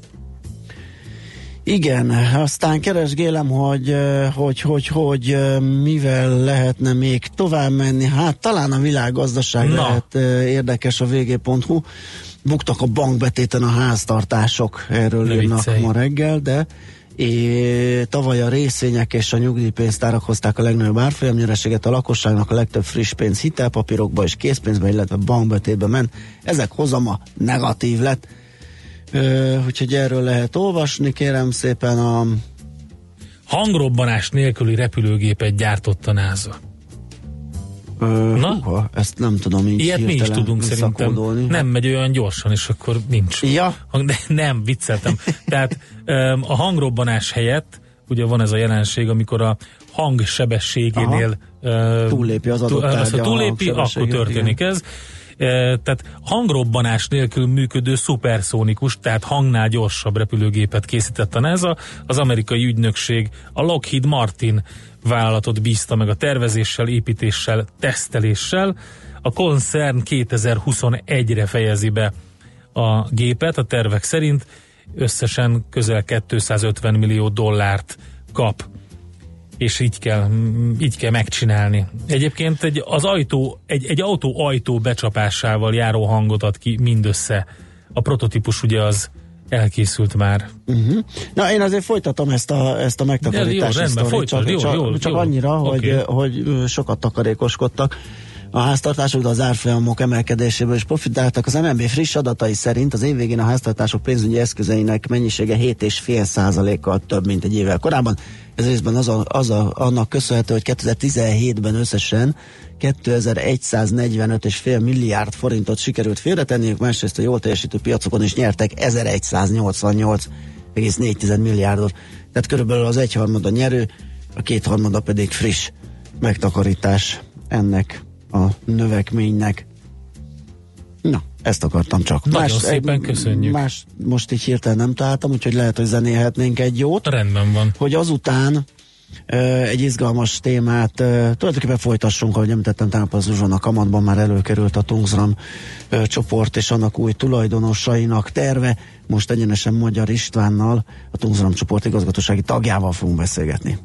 Igen, aztán keresgélem, hogy, hogy, hogy, hogy mivel lehetne még tovább menni. Hát talán a világgazdaság Na. lehet érdekes a vé gé pont hu. Buktak a bankbetéten a háztartások, erről ne írnak viccelj. Ma reggel, de é, tavaly a részvények és a nyugdíjpénztárak hozták a legnagyobb árfolyamnyereséget, a lakosságnak a legtöbb friss pénz hitelpapírokba és készpénzbe, illetve bankbetétbe ment. Ezek hozama negatív lett. Ö, úgyhogy erről lehet olvasni, kérem szépen. A hangrobbanás nélküli repülőgépet gyártott a NASA. Ö, Na? Húha, ezt nem tudom így ilyet mi is tudunk szerintem. Nem megy olyan gyorsan, és akkor nincs. Ja. De nem, vicceltem. Tehát a hangrobbanás helyett, ugye van ez a jelenség, amikor a hang sebességénél túllépi az adott tárgya, ha túllépi, akkor történik igen. ez. Tehát hangrobbanás nélkül működő szuperszónikus, tehát hangnál gyorsabb repülőgépet készített a NASA. Az amerikai ügynökség a Lockheed Martin vállalatot bízta meg a tervezéssel, építéssel, teszteléssel. A koncern kétezer-huszonegyre fejezi be a gépet, a tervek szerint összesen közel kétszázötven millió dollárt kap, és így kell, így kell megcsinálni. Egyébként egy, az ajtó, egy, egy autó ajtó becsapásával járó hangot ad ki mindössze. A prototípus ugye az elkészült már. Uh-huh. Na, én azért folytatom ezt a, ezt a megtakarítási sztorit, csak, jó, csak, jó, csak jó. annyira, Okay. hogy, hogy sokat takarékoskodtak a háztartások, de az árfolyamok emelkedéséből is profitáltak. Az em en bé friss adatai szerint az év végén a háztartások pénzügyi eszközeinek mennyisége hét egész öt százalékkal több, mint egy évvel korábban. Ez részben az a, az a, annak köszönhető, hogy kétezer-tizenhétben összesen kétezer-száznegyvenöt egész öt milliárd forintot sikerült félretenniük, másrészt a jól teljesítő piacokon is nyertek ezerszáznyolcvannyolc egész négy milliárdot. Tehát körülbelül az egyharmada nyerő, a kétharmada pedig friss megtakarítás ennek a növekménynek. Na, ezt akartam csak. Nagyon más, szépen köszönjük. Más most így hirtelen nem találtam, úgyhogy lehet, hogy zenélhetnénk egy jót. Rendben van. Hogy azután uh, egy izgalmas témát uh, tulajdonképpen folytassunk, ahogy említettem, tegnap az Uzsonna kamatban már előkerült a Tungsram uh, csoport és annak új tulajdonosainak terve. Most egyenesen Magyar Istvánnal, a Tungsram csoport igazgatósági tagjával fogunk beszélgetni.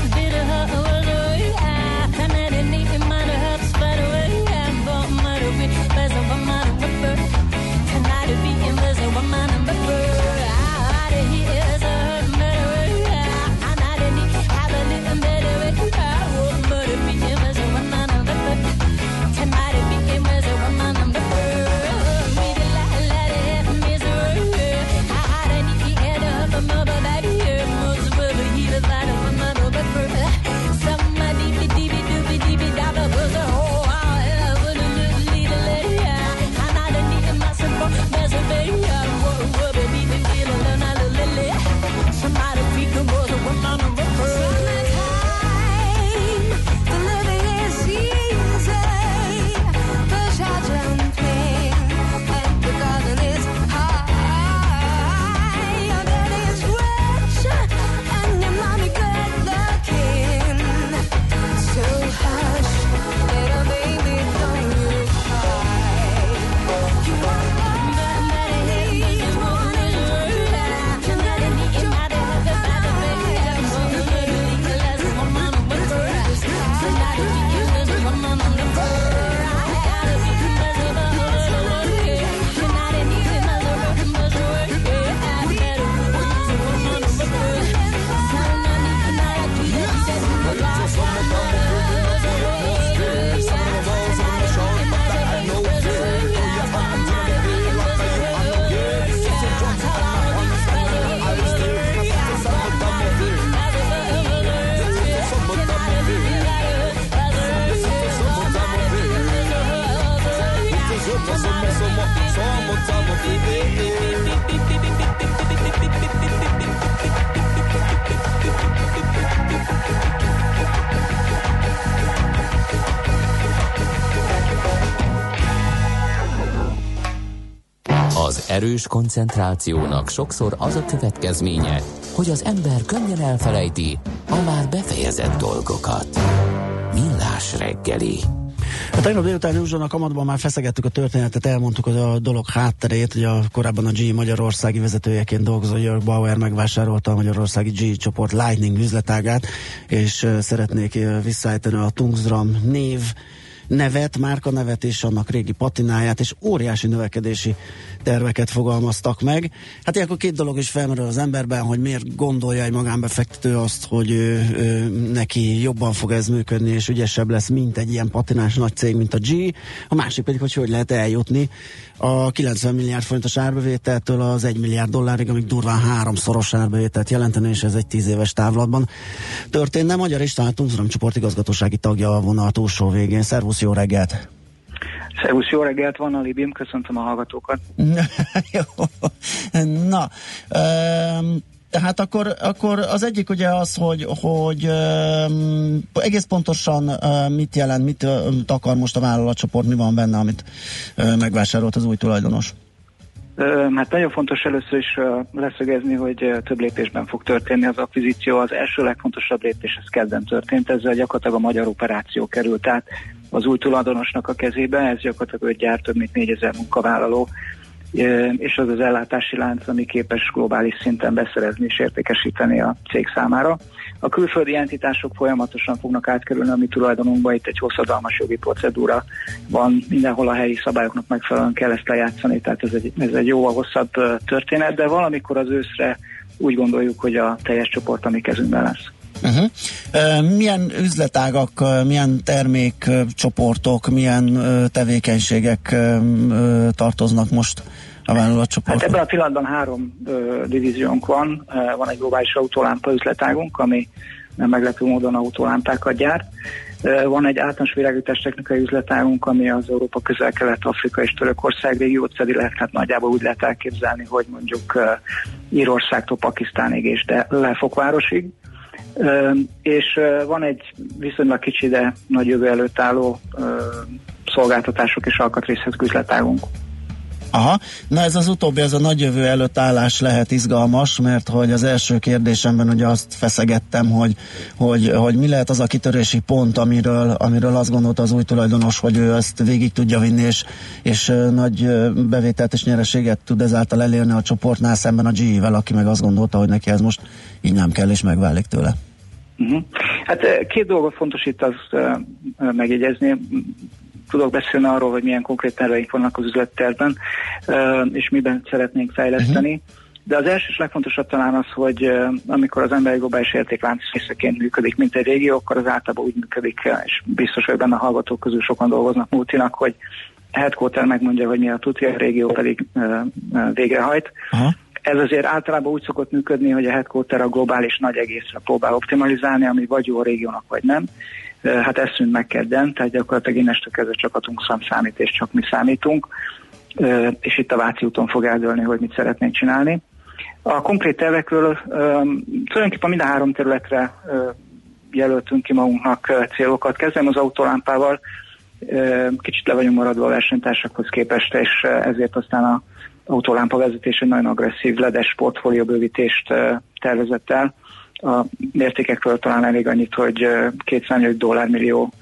Better more time, oh baby. Az erős koncentrációnak sokszor az a következménye, hogy az ember könnyen elfelejti a már befejezett dolgokat. Millás reggeli. A tegnap délután Józsónak kamatban már feszegettük a történetet, elmondtuk a dolog hátterét, hogy a korábban a gé magyarországi vezetőjeként dolgozó Jörg Bauer megvásárolta a magyarországi gé csoport Lightning üzletágát, és szeretnék visszaállítani a Tungsram név nevet, márka nevet és annak régi patináját, és óriási növekedési terveket fogalmaztak meg. Hát ilyenkor két dolog is felmerül az emberben, hogy miért gondolja egy magánbefektető azt, hogy ő, ő, neki jobban fog ez működni, és ügyesebb lesz, mint egy ilyen patinás nagy cég, mint a gé. A másik pedig, hogy hogy lehet eljutni a kilencven milliárd forintos árbevételtől az egy milliárd dollárig, amíg durván háromszoros árbevételt jelenteni, és ez egy tíz éves távlatban történne. Magyar István, a Tungsram csoport igazgatósági tagja a vonal túlsó végén. Szervusz, jó reggelt! Szervusz, jó reggelt, van a Libim, köszöntöm a hallgatókat. Jó. Na, um, tehát akkor, akkor az egyik ugye az, hogy, hogy um, egész pontosan uh, mit jelent, mit uh, akar most a vállalatcsoport, mi van benne, amit uh, megvásárolt az új tulajdonos? Uh, hát nagyon fontos először is uh, leszögezni, hogy uh, több lépésben fog történni az akvizíció. Az első legfontosabb lépés, ez kedden történt, ezzel gyakorlatilag a magyar operáció került át az új tulajdonosnak a kezébe, ez gyakorlatilag öt gyár, több mint négyezer munkavállaló, és az az ellátási lánc, ami képes globális szinten beszerezni és értékesíteni a cég számára. A külföldi entitások folyamatosan fognak átkerülni a mi tulajdonunkba, itt egy hosszadalmas jogi procedúra van, mindenhol a helyi szabályoknak megfelelően kell ezt lejátszani, tehát ez egy, ez egy jóval hosszabb történet, de valamikor az őszre úgy gondoljuk, hogy a teljes csoport a mi kezünkben lesz. Uh-huh. Uh, milyen üzletágak, uh, milyen termékcsoportok, uh, milyen uh, tevékenységek uh, uh, tartoznak most a vállalatcsoportban? Hát ebben a pillanatban három uh, divíziónk van. Uh, van egy globális autólámpa üzletágunk, ami nem meglepő módon autólámpákat gyárt. Uh, van egy általános világítás technikai üzletágunk, ami az Európa, Közel-Kelet, Afrika és Törökország régiót szedi le, tehát nagyjából úgy lehet elképzelni, hogy mondjuk uh, Írországtól Pakisztánig és de Lefokvárosig. Uh, és uh, van egy viszonylag kicsi, de nagy jövő előtt álló uh, szolgáltatások és alkatrészhez üzletágunk. Aha, na ez az utóbbi, ez a nagy jövő előtt állás lehet izgalmas, mert hogy az első kérdésemben ugye azt feszegettem, hogy, hogy, hogy mi lehet az a kitörési pont, amiről, amiről azt gondolta az új tulajdonos, hogy ő ezt végig tudja vinni, és, és nagy bevételt és nyereséget tud ezáltal elérni a csoportnál szemben a gé-vel, aki meg azt gondolta, hogy neki ez most így nem kell, és megválik tőle. Uh-huh. Hát két dolgot fontos itt azt uh, megjegyezni. Tudok beszélni arról, hogy milyen konkrét terveink vannak az üzlettervben, uh, és miben szeretnénk fejleszteni. Uh-huh. De az első és legfontosabb talán az, hogy uh, amikor az ember egy globális értéklánc részeként működik, mint egy régió, akkor az általában úgy működik, és biztos, hogy benne a hallgatók közül sokan dolgoznak multinak, hogy a headquarter megmondja, hogy mi a tuti, a régió pedig uh, uh, végrehajt. Uh-huh. Ez azért általában úgy szokott működni, hogy a headquarter a globális nagy egészre próbál optimalizálni, ami vagy jó a régiónak, vagy nem. Hát ez szűnt meg kedden, tehát gyakorlatilag innestől kezdve csak a Tungsram számít, és csak mi számítunk, és itt a Váci úton fog eldőlni, hogy mit szeretnénk csinálni. A konkrét tervekről tulajdonképpen mind a három területre jelöltünk ki magunknak célokat. Kezdem az autólámpával, kicsit le vagyunk maradva a versenytársakhoz képest, és ezért aztán a autólámpa vezetés egy nagyon agresszív ledes portfólió bővítést tervezett el. A mértékekről talán elég annyit, hogy kétszáznegyven dollármillió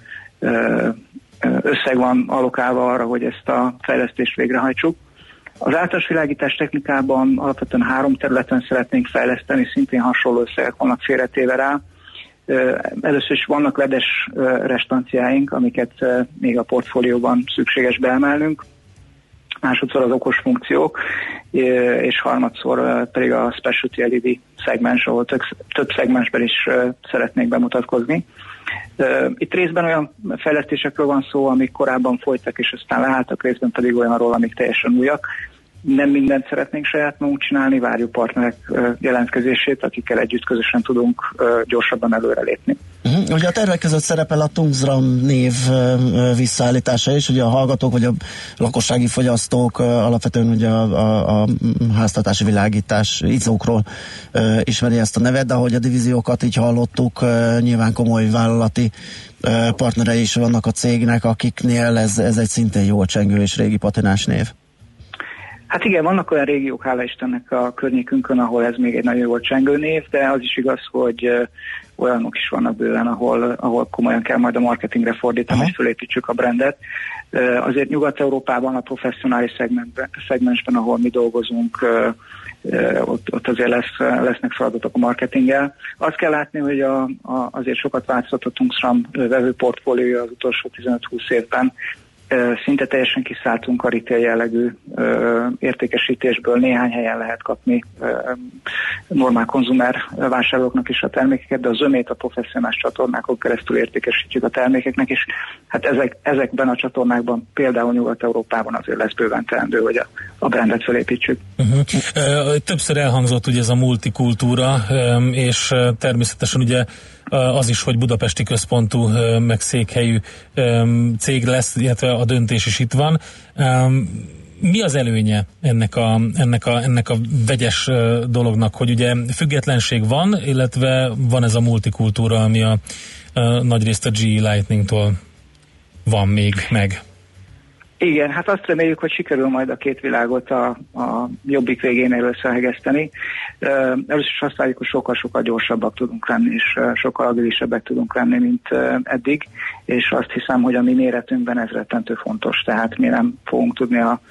összeg van allokálva arra, hogy ezt a fejlesztést végrehajtsuk. Az általános világítás technikában alapvetően három területen szeretnénk fejleszteni, szintén hasonló összegek vannak félretéve rá. Először is vannak ledes restanciáink, amiket még a portfólióban szükséges beemelnünk. Másodszor az okos funkciók, és harmadszor pedig a Specialty el é dé szegmens, ahol több, több szegmensben is szeretnék bemutatkozni. Itt részben olyan fejlesztésekről van szó, amik korábban folytak, és aztán leálltak, részben pedig olyanról, amik teljesen újak. Nem mindent szeretnénk saját magunk csinálni, várjuk partnerek jelentkezését, akikkel együtt közösen tudunk gyorsabban előrelépni. Uh-huh. Ugye a tervek között szerepel a Tungsram név uh, visszaállítása is, ugye a hallgatók vagy a lakossági fogyasztók uh, alapvetően ugye a, a, a háztartási világítás izzókról uh, ismeri ezt a nevet, de ahogy a divíziókat így hallottuk, uh, nyilván komoly vállalati uh, partnerei is vannak a cégnek, akiknél ez, ez egy szintén jól csengő és régi patinás név. Hát igen, vannak olyan régiók, hála Istennek a környékünkön, ahol ez még egy nagyon jól csengő név, de az is igaz, hogy uh, olyanok is vannak bőven, ahol, ahol komolyan kell majd a marketingre fordítani, Aha. és fölépítsük a brandet. Uh, azért Nyugat-Európában, a professzionális szegmensben, szegmensben, ahol mi dolgozunk, uh, uh, ott, ott azért lesz, lesznek feladatok a marketinggel. Azt kell látni, hogy a, a, azért sokat változott a Tungsram vevőportfóliója az utolsó tizenöt-húsz évben. Szinte teljesen kiszálltunk a retail jellegű ö, értékesítésből, néhány helyen lehet kapni ö, normál konzumer vásárlóknak is a termékeket, de a zömét a professzionális csatornákon keresztül értékesítjük a termékeknek, és hát ezek, ezekben a csatornákban, például Nyugat-Európában azért lesz bőven teendő, hogy a, a brandet felépítsük. Uh-huh. Többször elhangzott ugye ez a multikultúra, és természetesen ugye az is, hogy budapesti központú, meg székhelyű cég lesz, illetve a döntés is itt van. Mi az előnye ennek a, ennek a, ennek a vegyes dolognak, hogy ugye függetlenség van, illetve van ez a multikultúra, ami a, a nagyrészt a gé é Lightning-tól van még meg? Igen, hát azt reméljük, hogy sikerül majd a két világot a, a jobbik végénél összehegeszteni. Először is azt várjuk, hogy sokkal-sokkal gyorsabbak tudunk lenni, és sokkal agilisebbek tudunk lenni, mint eddig, és azt hiszem, hogy a mi méretünkben ez rettentő fontos, tehát mi nem fogunk tudni a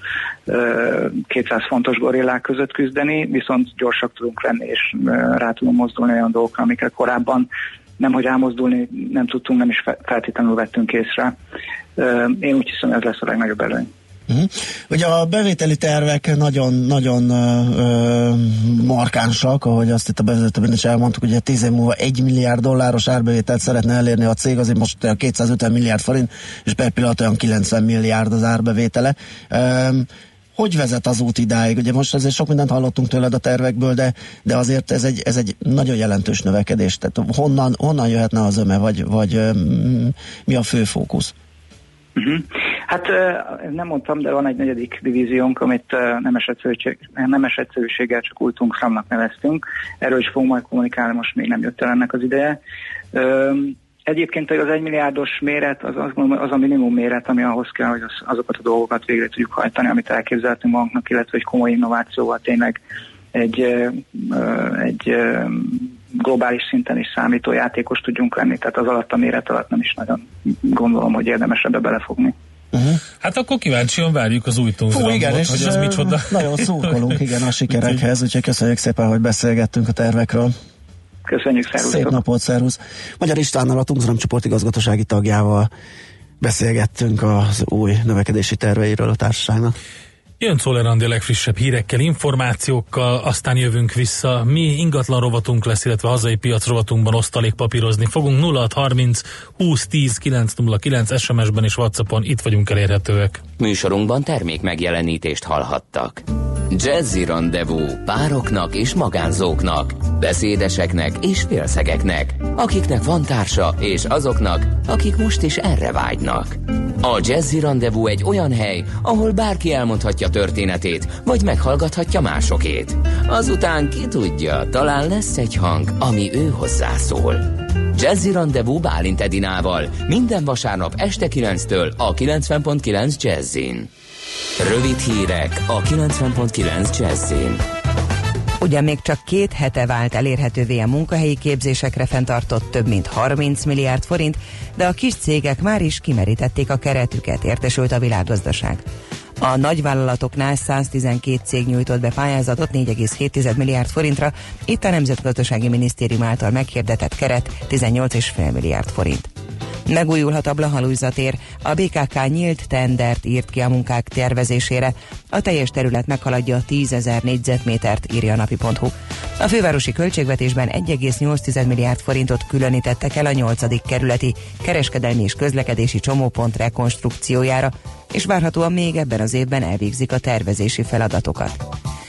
kétszáz fontos gorillák között küzdeni, viszont gyorsak tudunk lenni, és rá tudunk mozdulni olyan dolgokra, amikre korábban nem, hogy rámozdulni nem tudtunk, nem is feltétlenül vettünk észre. Én úgy hiszem, ez lesz a legnagyobb előny. Uh-huh. Ugye a bevételi tervek nagyon-nagyon uh, markánsak, ahogy azt itt a bevezetőben is elmondtuk, ugye tíz év múlva egy milliárd dolláros árbevételt szeretne elérni a cég, azért most olyan kétszázötven milliárd forint, és per pillanat olyan kilencven milliárd az árbevétele. Um, Hogy vezet az út idáig? Ugye most azért sok mindent hallottunk tőled a tervekből, de, de azért ez egy, ez egy nagyon jelentős növekedés. Tehát honnan, honnan jöhetne az öme, vagy, vagy um, mi a fő fókusz? Uh-huh. Hát uh, nem mondtam, de van egy negyedik divíziónk, amit uh, nemes, egyszerűség, nemes egyszerűséggel csak új Tungsramnak neveztünk. Erről is fogunk majd kommunikálni, most még nem jött el ennek az ideje. Um, Egyébként az egymilliárdos méret az, az, az a minimum méret, ami ahhoz kell, hogy az, azokat a dolgokat végre tudjuk hajtani, amit elképzeltünk magunknak, illetve egy komoly innovációval tényleg egy, egy globális szinten is számító játékos tudjunk lenni, tehát az alatt a méret alatt nem is nagyon gondolom, hogy érdemes ebbe belefogni. Uh-huh. Hát akkor kíváncsian várjuk az új Tungsramot, igen, és hogy az micsoda. Nagyon szurkolunk, igen, a sikerekhez, úgyhogy köszönjük szépen, hogy beszélgettünk a tervekről. Köszönjük, szervusztok. Szép napot, szervusz. Magyar Istvánnal, a Tungsram csoport igazgatósági tagjával beszélgettünk az új növekedési terveiről a társaságnak. Jön Czoller Andi a legfrissebb hírekkel, információkkal, aztán jövünk vissza. Mi ingatlan rovatunk lesz, illetve hazai piac rovatunkban osztalékpapírozni fogunk. Nulla hat harminc húsz tíz kilenc nulla kilenc es em es-ben és WhatsAppon, itt vagyunk elérhetőek. Műsorunkban termék megjelenítést hallhattak. Jazzy Rendezvú pároknak és magánzóknak, beszédeseknek és félszegeknek, akiknek van társa, és azoknak, akik most is erre vágynak. A Jazzy Rendezvú egy olyan hely, ahol bárki elmondhatja történetét, vagy meghallgathatja másokét. Azután ki tudja, talán lesz egy hang, ami ő hozzászól. Jazzy Rendezvú Bálint Edinával minden vasárnap este kilenctől a kilencven pont kilenc Jazzin. Rövid hírek a kilencven pont kilenc Jazzin. Ugyan még csak két hete vált elérhetővé a munkahelyi képzésekre fenntartott több mint harminc milliárd forint, de a kis cégek már is kimerítették a keretüket, értesült a Világgazdaság. A nagyvállalatoknál száztizenkét cég nyújtott be pályázatot négy egész hét milliárd forintra, itt a Nemzetgazdasági Minisztérium által meghirdetett keret tizennyolc egész öt milliárd forint. Megújulhat a Blaha-Lujza tér, a bé ká ká nyílt tendert írt ki a munkák tervezésére. A teljes terület meghaladja a tízezer négyzetmétert, írja a napi pont hu. A fővárosi költségvetésben egy egész nyolc milliárd forintot különítettek el a nyolcadik kerületi kereskedelmi és közlekedési csomópont rekonstrukciójára, és várhatóan még ebben az évben elvégzik a tervezési feladatokat.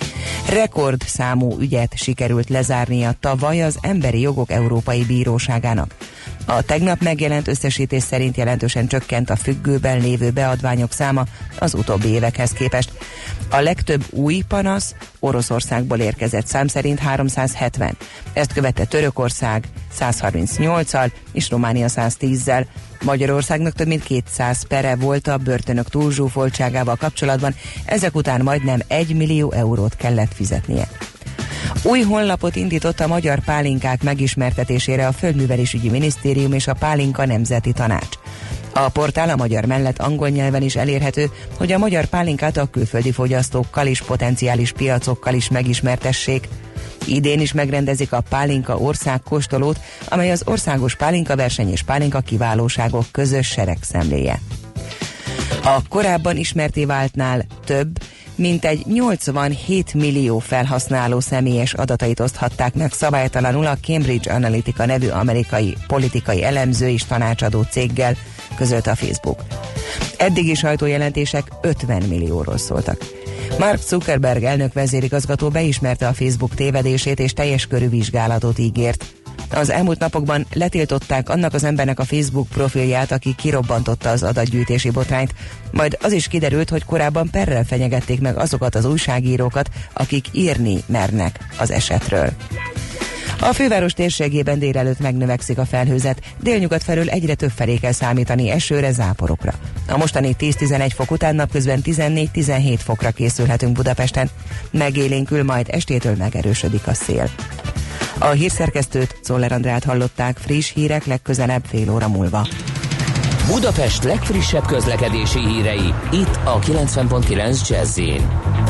Rekord számú ügyet sikerült lezárnia tavaly az Emberi Jogok Európai Bíróságának. A tegnap megjelent összesítés szerint jelentősen csökkent a függőben lévő beadványok száma az utóbbi évekhez képest. A legtöbb új panasz Oroszországból érkezett, szám szerint háromszázhetven. Ezt követte Törökország százharmincnyolccal és Románia száztízzel. Magyarországnak több mint kétszáz pere volt a börtönök túlzsúfoltságával kapcsolatban, ezek után majdnem egy millió eurót kellett fizetnie. Új honlapot indított a magyar pálinkák megismertetésére a Földművelésügyi Minisztérium és a Pálinka Nemzeti Tanács. A portál a magyar mellett angol nyelven is elérhető, hogy a magyar pálinkát a külföldi fogyasztókkal és potenciális piacokkal is megismertessék. Idén is megrendezik a Pálinka Ország kóstolót, amely az országos pálinka verseny és pálinka kiválóságok közös seregszemléje. A korábban ismerté váltnál több, mintegy nyolcvanhét millió felhasználó személyes adatait oszthatták meg szabálytalanul a Cambridge Analytica nevű amerikai politikai elemző és tanácsadó céggel, közölte a Facebook. Eddigi sajtójelentések ötven millióról szóltak. Mark Zuckerberg elnök vezérigazgató beismerte a Facebook tévedését és teljes körű vizsgálatot ígért. Az elmúlt napokban letiltották annak az embernek a Facebook profilját, aki kirobbantotta az adatgyűjtési botrányt, majd az is kiderült, hogy korábban perrel fenyegették meg azokat az újságírókat, akik írni mernek az esetről. A főváros térségében délelőtt megnövekszik a felhőzet, délnyugat felől egyre több felé kell számítani esőre, záporokra. A mostani tíz-tizenegy fok után napközben tizennégy-tizenhét fokra készülhetünk Budapesten, megélénkül, majd estétől megerősödik a szél. A hírszerkesztőt, Czoller Andrát hallották, friss hírek legközelebb fél óra múlva. Budapest legfrissebb közlekedési hírei, itt a kilencven pont kilenc Jazz-in.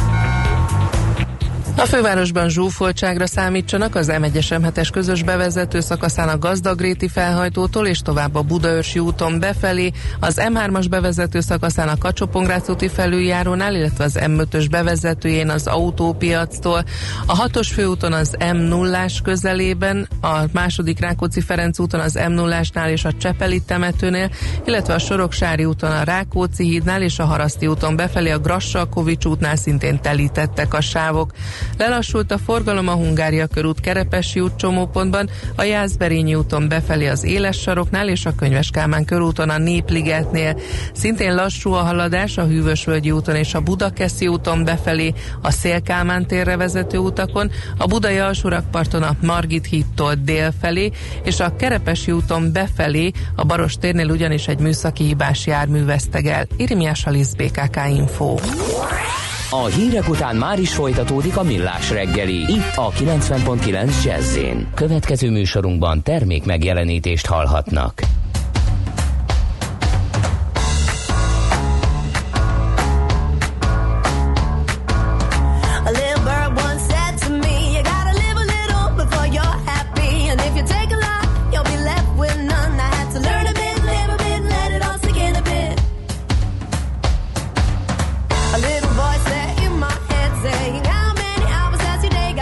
A fővárosban zsúfoltságra számítsanak az em egyes em hetes közös bevezető szakaszán a Gazdagréti felhajtótól és tovább a Budaörsi úton befelé, az em hármas bevezető szakaszán a Kacsó-Pongrác úti felüljárónál, illetve az em ötös bevezetőjén az autópiactól, a hatos főúton az em nullás közelében, a második Rákóczi-Ferenc úton az em nullásnál és a Csepeli temetőnél, illetve a Soroksári úton a Rákóczi hídnál és a Haraszti úton befelé a Grassalkovich útnál szintén telítettek a sávok. Lelassult a forgalom a Hungária körút Kerepesi út csomópontban, a Jászberényi úton befelé az Éles saroknál és a Könyves Kálmán körúton a Népligetnél. Szintén lassú a haladás a Hűvösvölgyi úton és a Budakeszi úton befelé, a Széll-Kálmán térre vezető utakon, a Budai Alsórakparton a Margit hídtól dél felé, és a Kerepesi úton befelé, a Baros térnél ugyanis egy műszaki hibás jármű vesztegel. Irimiás Alisz, bé ká ká Info. A hírek után már is folytatódik a Millás reggeli, itt a kilencven pont kilenc Jazz-in. Következő műsorunkban termék megjelenítést hallhatnak.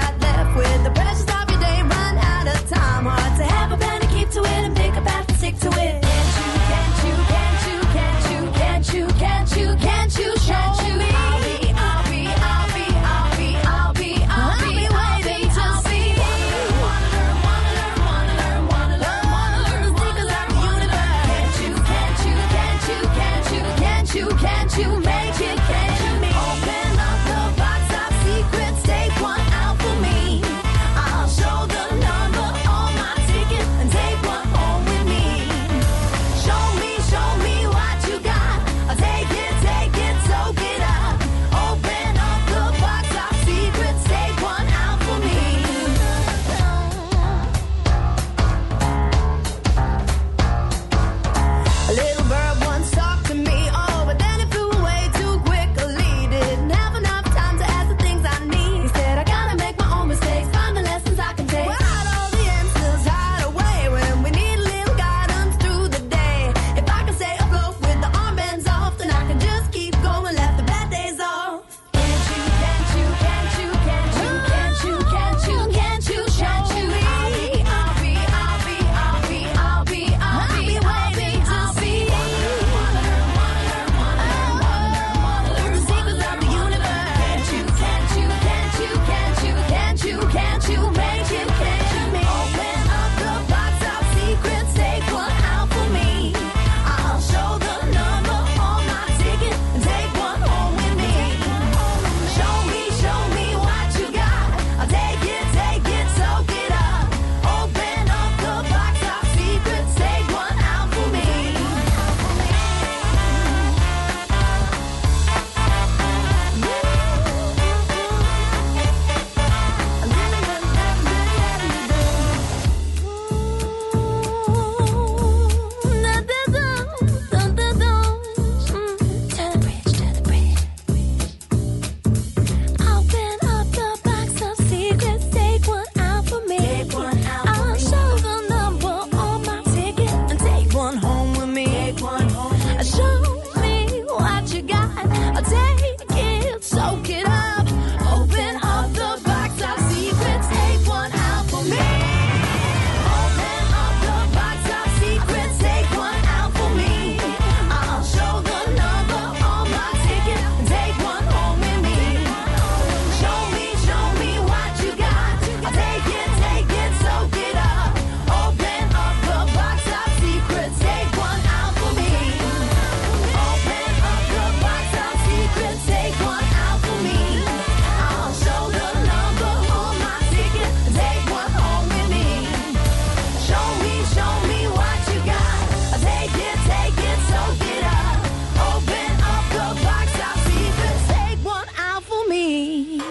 To it and think about the sick to it.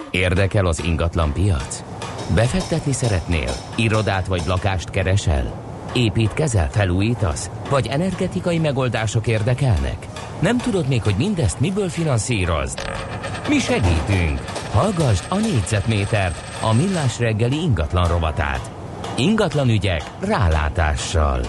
Érdekel az ingatlan piac? Befektetni szeretnél? Irodát vagy lakást keresel? Építkezel, felújítasz? Vagy energetikai megoldások érdekelnek? Nem tudod még, hogy mindezt miből finanszírozd? Mi segítünk! Hallgasd a Négyzetmétert, a Millás reggeli ingatlan rovatát. Ingatlan ügyek rálátással.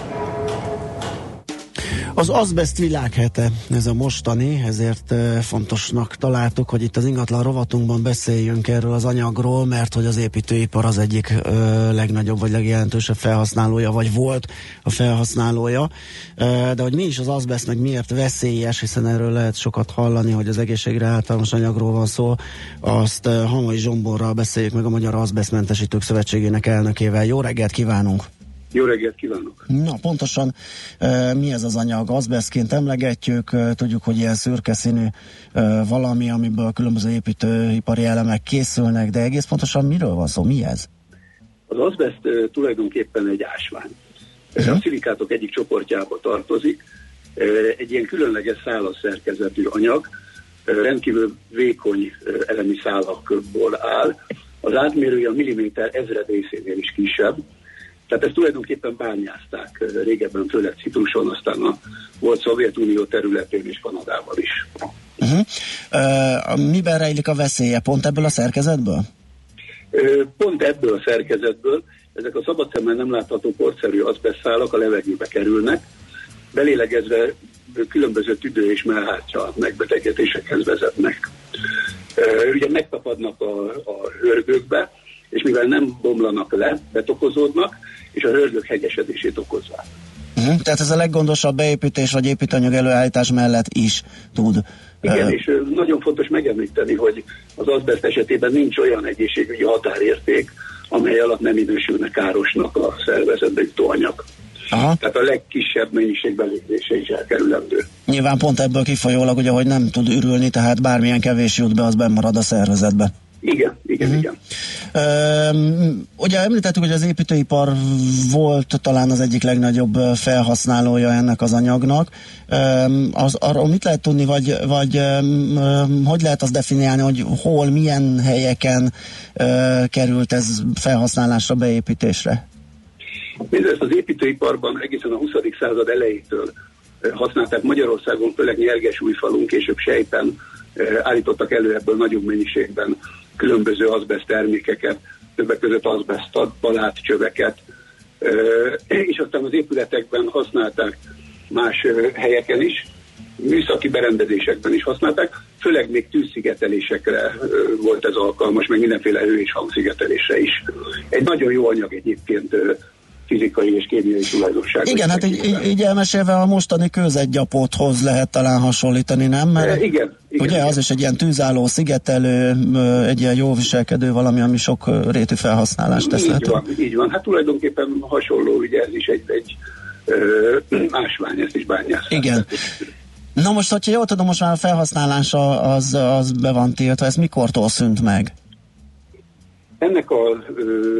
Az azbest világhete, ez a mostani, ezért fontosnak találtuk, hogy itt az ingatlan rovatunkban beszéljünk erről az anyagról, mert hogy az építőipar az egyik ö, legnagyobb vagy legjelentősebb felhasználója, vagy volt a felhasználója. Ö, de hogy mi is az azbest, meg miért veszélyes, hiszen erről lehet sokat hallani, hogy az egészségre általános anyagról van szó, azt ö, Hamai Zsomborral beszéljük meg, a Magyar Azbestmentesítők Szövetségének elnökével. Jó reggelt kívánunk! Jó reggelt kívánok! Na, pontosan uh, mi ez az anyag? Azbestként emlegetjük, uh, tudjuk, hogy ilyen szürke színű uh, valami, amiből különböző építőipari elemek készülnek, de egész pontosan miről van szó? Mi ez? Az azbest uh, tulajdonképpen egy ásvány. Ez uh-huh. a szilikátok egyik csoportjába tartozik. Uh, egy ilyen különleges szálas szerkezetű anyag, uh, rendkívül vékony uh, elemi szálakból áll. Az átmérője a milliméter ezredrészénél is kisebb. Tehát ezt tulajdonképpen bányázták régebben, főleg Cipruson, aztán a volt Szovjetunió területén és Kanadában is. Uh-huh. Uh, miben rejlik a veszélye? Pont ebből a szerkezetből? Uh, pont ebből a szerkezetből. Ezek a szabad szemmel nem látható porszerű azbestszálak a levegőbe kerülnek, belélegezve különböző tüdő- és mellhártya megbetegedésekhez vezetnek. Uh, ugye megtapadnak a, a hörgőkbe, és mivel nem bomlanak le, betokozódnak, és a hörgők hegyesedését okozzák. Uh-huh. Tehát ez a leggondosabb beépítés vagy építőanyag előállítás mellett is tud. Igen, uh, és nagyon fontos megemlíteni, hogy az azbest esetében nincs olyan egészségügyi határérték, amely alatt nem minősülne károsnak a szervezetbe jutó anyag. Aha. Tehát a legkisebb mennyiség belépése is elkerülendő. Nyilván pont ebből kifolyólag, ugye, hogy nem tud ürülni, tehát bármilyen kevés jut be, az benn marad a szervezetbe. Igen, igen, uh-huh. igen. Üm, ugye említettük, hogy az építőipar volt talán az egyik legnagyobb felhasználója ennek az anyagnak. Üm, az, arról mit lehet tudni, vagy, vagy üm, hogy lehet azt definiálni, hogy hol, milyen helyeken üm, került ez felhasználásra, beépítésre? Mindezt az építőiparban egészen a huszadik század elejétől használták. Magyarországon, főleg Nyergesújfalun, később Sejpen állítottak elő ebből nagyobb mennyiségben különböző azbest termékeket, többek között azbest balátcsöveket, és aztán az épületekben használták más helyeken is, műszaki berendezésekben is használták, főleg még tűzszigetelésekre volt ez alkalmas, meg mindenféle hő- és hangszigetelésre is. Egy nagyon jó anyag egyébként fizikai és kémiai tulajdonságok. Igen, hát így, így elmesélve a mostani kőzetgyapothoz lehet talán hasonlítani, nem? Mert, e, igen, igen. Ugye igen. Az is egy ilyen tűzálló, szigetelő, egy ilyen jó viselkedő valami, ami sok rétű felhasználást tesz. Így van, így van. Hát tulajdonképpen hasonló, ugye ez is egy, egy ö, ásvány, ezt is bányászták. Igen. Na most, hogyha jól tudom, most már a felhasználása az, az be van tiltva, ez mikortól szűnt meg? Ennek a ö,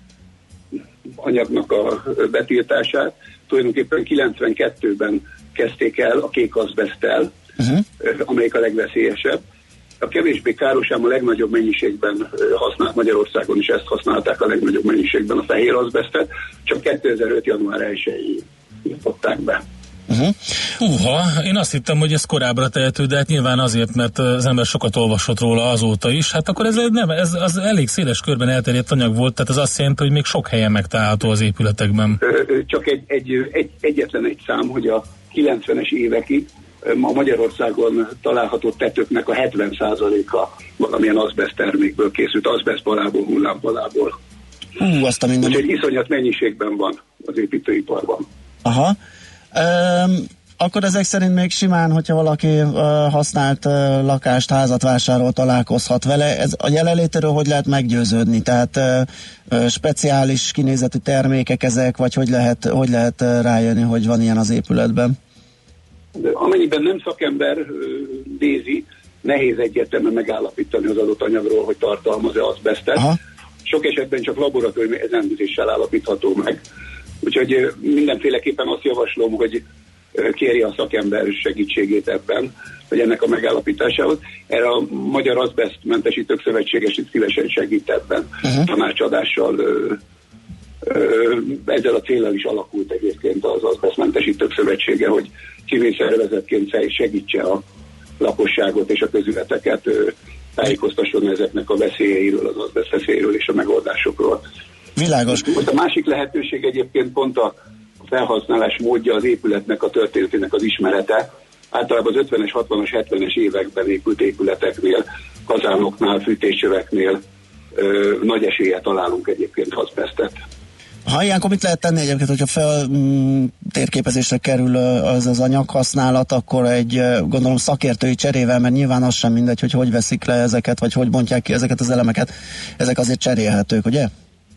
anyagnak a betiltását tulajdonképpen kilencvenkettőben kezdték el a kék azbesttel, uh-huh. amelyik a legveszélyesebb. A kevésbé káros, ám a legnagyobb mennyiségben használt, Magyarországon is ezt használták a legnagyobb mennyiségben, a fehér azbestet, csak kétezer-öt. január elsejéig jutották be. Uh-huh. Uha, én azt hittem, hogy ez korábbra tehető, de hát nyilván azért, mert az ember sokat olvasott róla azóta is, hát akkor ez, nem, ez az elég széles körben elterjedt anyag volt, tehát ez azt jelenti, hogy még sok helyen megtalálható az épületekben. Csak egy, egy, egy, egyetlen egy szám, hogy a kilencvenes évekig ma Magyarországon található tetőknek a hetven százaléka valamilyen azbest termékből készült, azbestpalából, hullámpalából. Hú, azt a minden... Úgyhogy iszonyat mennyiségben van az építőiparban. Aha. Um, akkor ezek szerint még simán, hogyha valaki uh, használt uh, lakást, házat vásárol, találkozhat vele. Ez a jelenlétéről hogy lehet meggyőződni? Tehát uh, uh, speciális kinézetű termékek ezek, vagy hogy lehet, hogy lehet uh, rájönni, hogy van ilyen az épületben? De amennyiben nem szakember uh, nézi, nehéz egyértelműen megállapítani az adott anyagról, hogy tartalmaz-e azbestet. Aha. Sok esetben csak laboratóriumi ellenőrzéssel állapítható meg. Úgyhogy mindenféleképpen azt javaslom, hogy kéri a szakember segítségét ebben, vagy ennek a megállapításához. Erre a Magyar Azbesztmentesítők Szövetsége szívesen segít ebben, uh-huh. tanácsadással. Ö, ö, ezzel a céllal is alakult egyébként az Azbesztmentesítők Szövetsége, hogy civil szervezetként segítse a lakosságot és a közületeket, ö, tájékoztasson ezeknek a veszélyeiről, az azbeszt veszélyeiről és a megoldásokról. Világos. Most a másik lehetőség egyébként pont a felhasználás módja, az épületnek a történetének az ismerete. Általában az ötvenes, hatvanas, hetvenes években épült épületeknél, kazánoknál, fűtéscsöveknél ö, nagy eséllyel találunk egyébként azbesztet. Ha ilyenkor mit lehet tenni egyébként, hogyha fel mm, térképezésre kerül az az anyaghasználat, akkor egy gondolom szakértői cserével, mert nyilván az sem mindegy, hogy hogy veszik le ezeket, vagy hogy bontják ki ezeket az elemeket, ezek azért cserélhetők, ugye?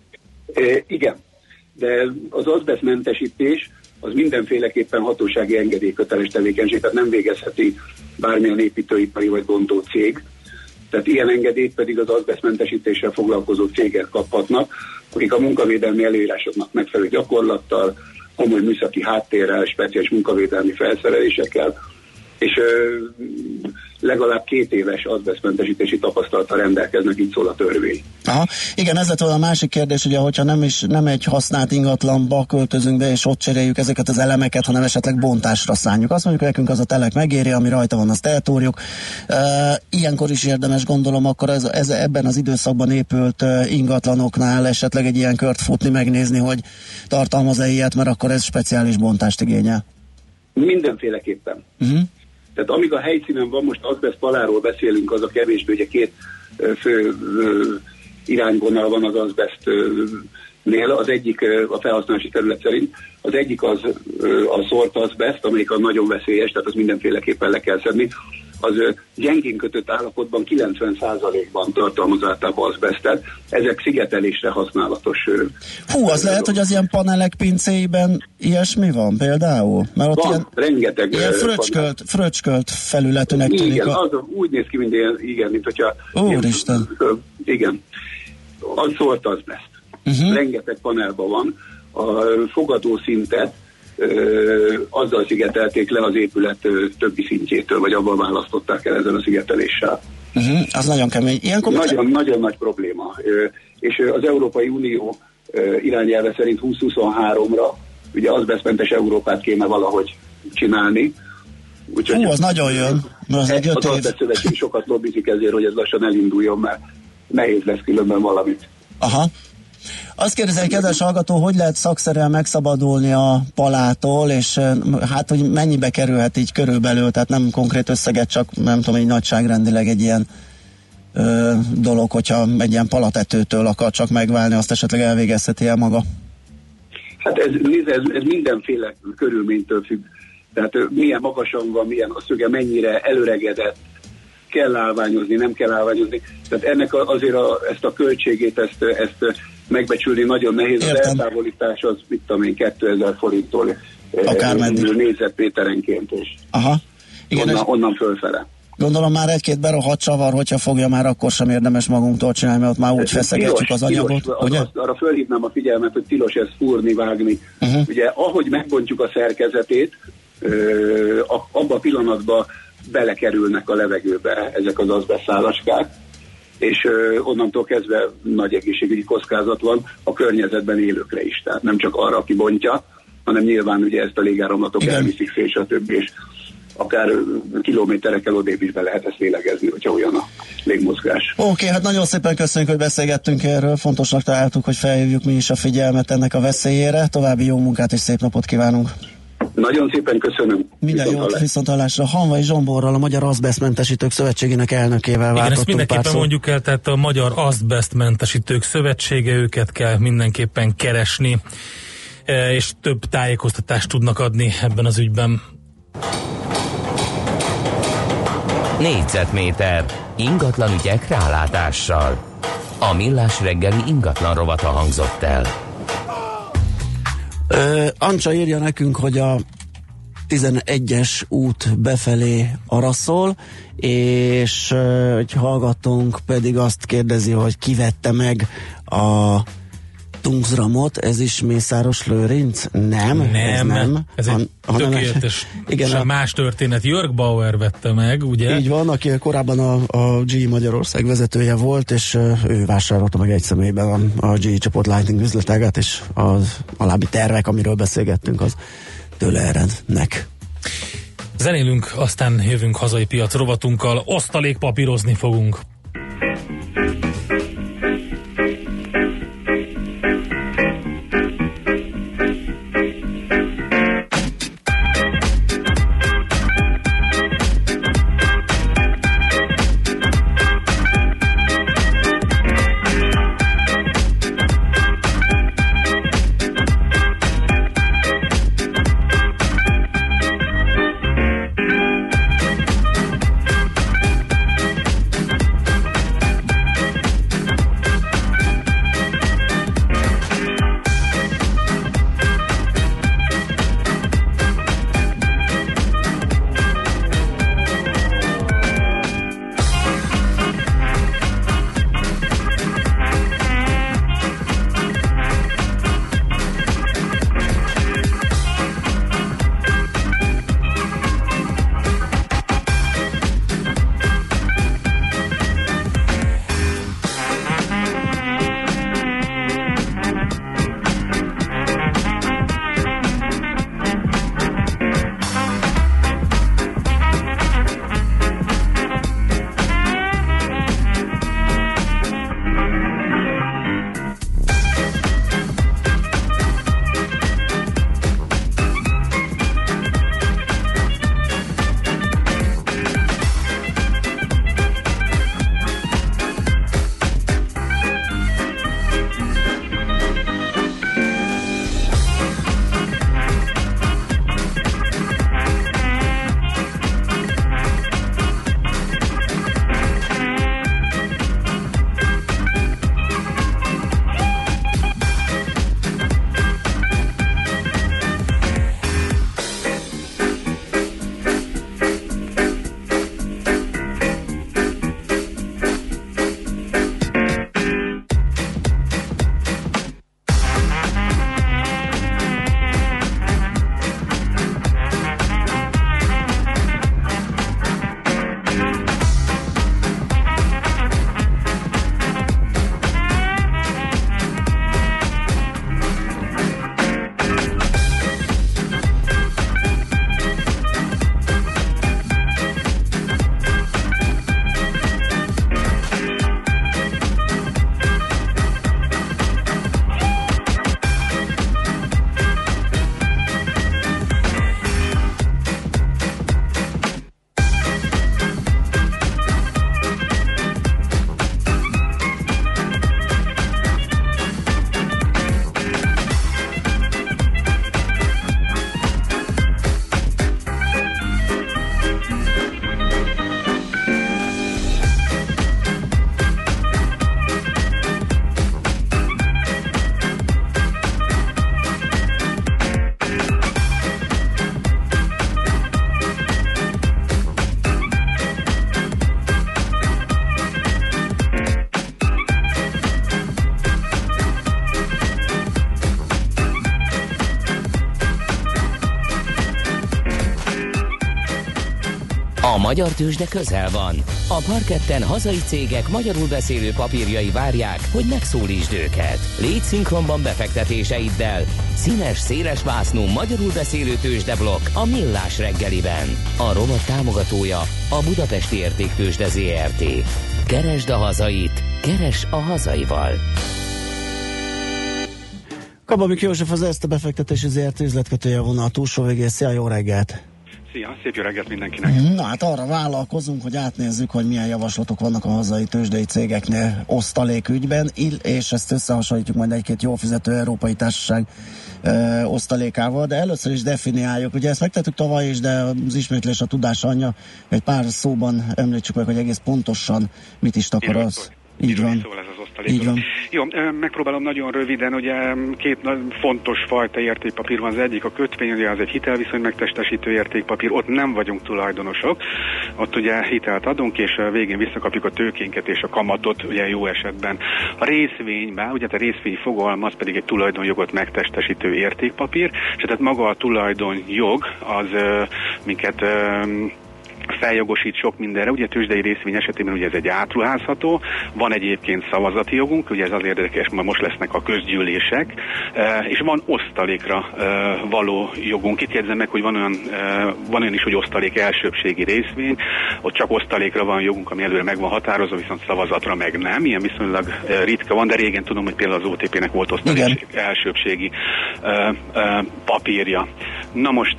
É, igen, de az azbesztmentesítés az mindenféleképpen hatósági engedélyköteles tevékenység, tehát nem végezheti bármilyen építőipari vagy bontó cég. Tehát ilyen engedélyt pedig az azbesztmentesítéssel foglalkozó cégek kaphatnak, akik a munkavédelmi előírásoknak megfelelő gyakorlattal, komoly műszaki háttérrel, speciális munkavédelmi felszerelésekkel, és ö, legalább két éves azbesztmentesítési tapasztalattal rendelkeznek, így szól a törvény. Aha. Igen, ez lett volna a másik kérdés, ugye, hogyha nem is nem egy használt ingatlanba költözünk be, és ott cseréljük ezeket az elemeket, hanem esetleg bontásra szánjuk. Azt mondjuk, hogy nekünk az a telek megéri, ami rajta van, azt eltúrjuk. Uh, ilyenkor is érdemes, gondolom, akkor ez, ez ebben az időszakban épült uh, ingatlanoknál esetleg egy ilyen kört futni, megnézni, hogy tartalmaz-e ilyet, mert akkor ez speciális bontást igényel. Mindenféleképpen. Uh-huh. Tehát amíg a helyszínen van, most azbesztpaláról beszélünk, az a kevésbé, ugye két fő irányvonal van az azbesztnél, az egyik a felhasználási terület szerint, az egyik az a szórt azbeszt, amelyik a nagyon veszélyes, tehát az mindenféleképpen le kell szedni, az gyengén kötött állapotban kilencven százalékban tartalmaz általában azbesztet, ezek szigetelésre használatos. Hú, az lehet, hogy az ilyen panelek pincéiben ilyesmi van például? Mert ott van, ilyen, rengeteg ilyen fröcskölt, fröcskölt felületűnek tűnik. Igen, a... az úgy néz ki, mint ilyen, igen, mint hogyha... Úristen! Ilyen, igen, az szólt azbeszt. Uh-huh. Rengeteg panelban van. A fogadó szintet Ö, azzal szigetelték le az épület ö, többi szintjétől, vagy abban választották el ezzel a szigeteléssel. Uh-huh, az nagyon kemény. Ilyenkor nagyon, mit... nagyon nagy probléma. Ö, és ö, az Európai Unió ö, irányelve szerint húsz-huszonháromra ugye azbesztmentes Európát kéne valahogy csinálni. Úgyhogy Hú, az nagyon jön. Az egy az azbesztszövetség sokat lobbizik ezért, hogy ez lassan elinduljon, mert nehéz lesz különben valamit. Aha. Azt kérdezi egy kedves hallgató, hogy lehet szakszerűen megszabadulni a palától, és hát, hogy mennyibe kerülhet így körülbelül, tehát nem konkrét összeget, csak nem tudom, egy nagyságrendileg egy ilyen ö, dolog, hogyha egy ilyen palatetőtől akar csak megválni, azt esetleg elvégezheti el maga? Hát ez, ez, ez mindenféle körülménytől függ. Tehát milyen magasan van, milyen a szöge, mennyire előregedett, kell állványozni, nem kell állványozni. Tehát ennek a, azért a, ezt a költségét, ezt, ezt megbecsülni nagyon nehéz. Értem. Az eltávolítás az, mit tudom én, kétezer forinttól négyzetméterenként, és Aha. Igen, onnan, onnan fölfele. Gondolom már egy-két berohadt csavar, hogyha fogja, már akkor sem érdemes magunktól csinálni, mert ott már úgy feszegetjük az anyagot. Tilos, ugye? Az, arra fölhívnám a figyelmet, hogy tilos ezt fúrni, vágni. Uh-huh. Ugye, ahogy megbontjuk a szerkezetét, ö, abban a pillanatban belekerülnek a levegőbe ezek az azbesztszálaskák, és ö, onnantól kezdve nagy egészségügyi kockázat van a környezetben élőkre is. Tehát nem csak arra, aki bontja, hanem nyilván ugye ezt a légáramlatok elviszik fél, stb. És akár kilométerekkel odébb is be lehet ezt lélegezni, hogyha olyan a légmozgás. Oké, okay, hát nagyon szépen köszönjük, hogy beszélgettünk erről. Fontosnak találtuk, hogy felhívjuk mi is a figyelmet ennek a veszélyére. További jó munkát és szép napot kívánunk! Nagyon szépen köszönöm. Minden jót, viszonthallásra. Hanvai Zsomborral, a Magyar Azbesztmentesítők Szövetségének elnökével váltottunk. Igen, ezt mindenképpen mondjuk el, tehát a Magyar Azbesztmentesítők Szövetsége, őket kell mindenképpen keresni, és több tájékoztatást tudnak adni ebben az ügyben. Négyzetméter ingatlan ügyek rálátással. A Millás reggeli ingatlan rovata hangzott el. Ö, Ancsa írja nekünk, hogy a tizenegyes út befelé araszol, és egy hallgatónk pedig azt kérdezi, hogy ki vette meg a Tungsramot, ez is Mészáros Lőrinc? Nem, nem, ez nem. Ez egy Han, tökéletes, igen, a más történet. Jörg Bauer vette meg, ugye? Így van, aki korábban a, a gé é Magyarország vezetője volt, és uh, ő vásárolta meg egy személyben a, a gé é csoport Lighting üzletágát, és az alábbi tervek, amiről beszélgettünk, az tőle erednek. Zenélünk, aztán jövünk hazai piac rovatunkkal, osztalékpapírozni fogunk. A magyar tőzsde közel van. A parketten hazai cégek magyarul beszélő papírjai várják, hogy megszólítsd őket. Légy szinkronban befektetéseiddel. Színes, széles vásznú magyarul beszélő tőzsdeblokk a Millás reggeliben. A rovat támogatója a Budapesti Értéktőzsde zé er té. Keresd a hazait, keresd a hazaival. Kababik József az Erste Befektetési zé er té üzletkötője volna a túlsó végén. Szia, jó reggelt! Szia, szép jó reggelt mindenkinek! Na hát arra vállalkozunk, hogy átnézzük, hogy milyen javaslatok vannak a hazai tőzsdei cégeknél osztalékügyben, és ezt összehasonlítjuk majd egy-két jól fizető európai társaság ö, osztalékával, de először is definiáljuk. Ugye ezt megtettük tavaly is, de az ismétlés a tudás anyja. Egy pár szóban említsük meg, hogy egész pontosan mit is takar az. Így van. Szól ez az osztalék. Így van. Jó, megpróbálom nagyon röviden, ugye két fontos fajta értékpapír van, az egyik a kötvény, ugye az egy hitelviszony megtestesítő értékpapír, ott nem vagyunk tulajdonosok, ott ugye hitelt adunk, és végén visszakapjuk a tőkénket és a kamatot, ugye jó esetben. A részvényben, ugye a részvény fogalma, az pedig egy tulajdonjogot megtestesítő értékpapír, és tehát maga a tulajdonjog az minket feljogosít sok mindenre, ugye tőzsdei részvény esetében ugye ez egy átruházható, van egyébként szavazati jogunk, ugye ez az érdekes, mert most lesznek a közgyűlések, és van osztalékra való jogunk. Itt jegyzem meg, hogy van olyan, van olyan is, hogy osztalék elsőbbségi részvény, ott csak osztalékra van jogunk, ami előre meg van határozva, viszont szavazatra meg nem, ilyen viszonylag ritka van, de régen tudom, hogy például az o té pének volt osztalék elsőbbségi papírja. Na most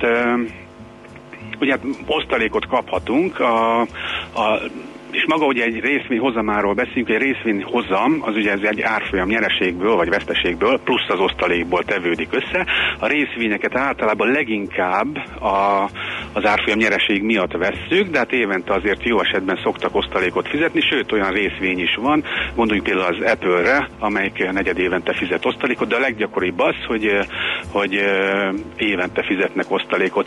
ugye osztalékot kaphatunk, a, a, és maga ugye egy részvény hozamáról beszélünk, egy részvény hozam, az ugye ez egy árfolyam nyereségből vagy veszteségből, plusz az osztalékból tevődik össze. A részvényeket általában leginkább a, az árfolyam nyereség miatt vesszük, de hát évente azért jó esetben szoktak osztalékot fizetni, sőt olyan részvény is van, gondoljunk például az Apple-re, amelyik negyed évente fizet osztalékot, de a leggyakoribb az, hogy, hogy évente fizetnek osztalékot.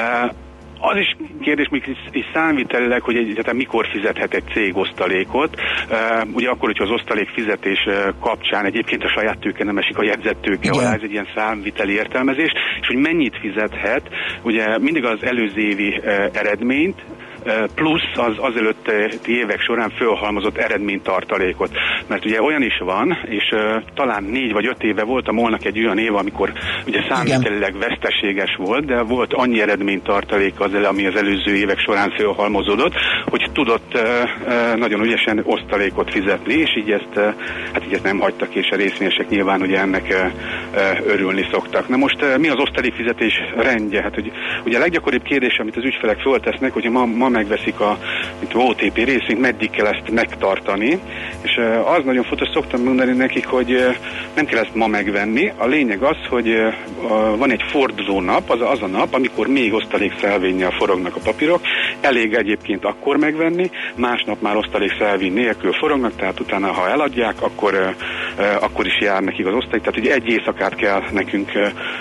Az is kérdés, még is számvitelileg, hogy egyáltalán mikor fizethet egy cég osztalékot. Uh, ugye akkor, hogyha az osztalék fizetés kapcsán egyébként a saját tőke nem esik a jegyzett tőke alá, ez egy ilyen számviteli értelmezés, és hogy mennyit fizethet, ugye mindig az előző évi uh, eredményt, plusz az azelőtti évek során fölhalmozott eredménytartalékot. Mert ugye olyan is van, és uh, talán négy vagy öt éve volt a molnak egy olyan év, amikor ugye számvitelileg veszteséges volt, de volt annyi eredménytartalék az, ami az előző évek során fölhalmozódott, hogy tudott uh, uh, nagyon ügyesen osztalékot fizetni, és így ezt, uh, hát így ezt nem hagytak, és a részvényesek nyilván ugye ennek uh, uh, örülni szoktak. Na most uh, mi az osztalékfizetés rendje? Hát hogy, ugye a leggyakoribb kérdés, amit az ügyfelek föltesznek, hogy ma, ma megveszik a o té pé részvényt, meddig kell ezt megtartani, és az nagyon fontos, szoktam mondani nekik, hogy nem kell ezt ma megvenni, a lényeg az, hogy van egy forduló nap, az a, az a nap, amikor még osztalékszelvénnyel forognak a papírok, elég egyébként akkor megvenni, másnap már osztalékszelvény nélkül forognak, tehát utána, ha eladják, akkor, akkor is jár nekik az osztalék, tehát ugye egy éjszakát kell nekünk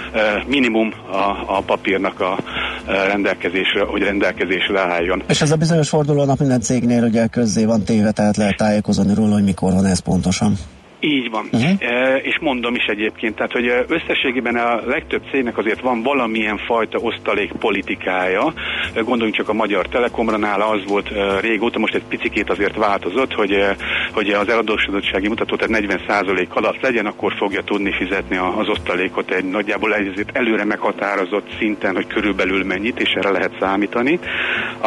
minimum a, a papírnak a rendelkezésre, hogy rendelkezésre álljon. És ez a bizonyos fordulónap minden cégnél ugye közzé van téve, tehát lehet tájékozódni róla, hogy mikor van ez pontosan. Így van. Uh-huh. E, és mondom is egyébként, tehát hogy összességében a legtöbb cégnek azért van valamilyen fajta osztalék politikája. Gondoljunk csak a Magyar Telekomra, nála az volt e, régóta, most egy picikét azért változott, hogy, e, hogy az eladósodottsági mutató, tehát negyven százalék alatt legyen, akkor fogja tudni fizetni a, az osztalékot egy nagyjából ezért előre meghatározott szinten, hogy körülbelül mennyit, és erre lehet számítani. A,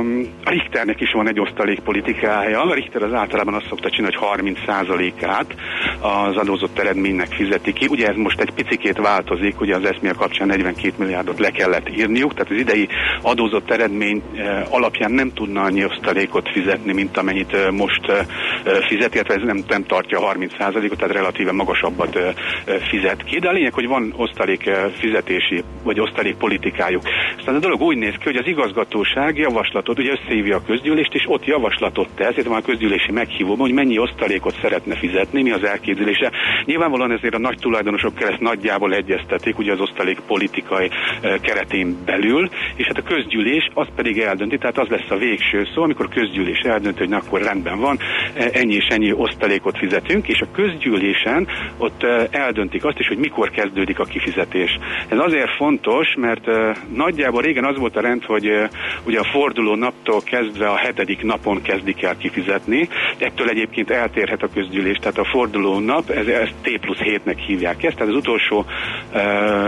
a Richternek is van egy osztalék politikája. A Richter az általában azt szokta csinálni, hogy harminc százalékát az adózott eredménynek fizeti ki. Ugye ez most egy picikét változik, ugye az eszmia kapcsán negyvenkét milliárdot le kellett írniuk, tehát az idei adózott eredmény alapján nem tudna annyi osztalékot fizetni, mint amennyit most fizet, illetve ez nem, nem tartja a harminc százalékot, tehát relatíve magasabbat fizet ki. De a lényeg, hogy van osztalék fizetési, vagy osztalék politikájuk. Aztán a dolog úgy néz ki, hogy az igazgatóság javaslatot, ugye összehívja a közgyűlést, és ott javaslatot tesz, illetve van a közgyűlési meghívóban, hogy mennyi osztalékot szeretne fizetni, mi az elképzelése. Nyilvánvalóan ezért a nagy tulajdonosokkal ezt nagyjából egyeztetik, ugye az osztalék politikai keretén belül, és hát a közgyűlés az pedig eldönti, tehát az lesz a végső szó, amikor a közgyűlés eldönti, hogy na, akkor rendben van, ennyi és ennyi osztalékot fizetünk, és a közgyűlésen ott eldöntik azt is, hogy mikor kezdődik a kifizetés. Ez azért fontos, mert nagyjából régen az volt a rend, hogy ugye a forduló naptól kezdve a hetedik napon kezdik el kifizetni, ettől egyébként eltérhet a közgyűlés, tehát a forduló nap, ez, ez T plusz hétnek hívják ezt, tehát az utolsó ö,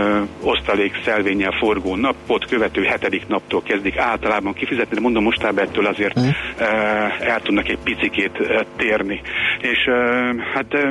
osztalék szelvénnyel forgó napot követő hetedik naptól kezdik általában kifizetni, de mondom, mostában ettől azért mm. ö, el tudnak egy picikét ö, térni. És ö, hát ö,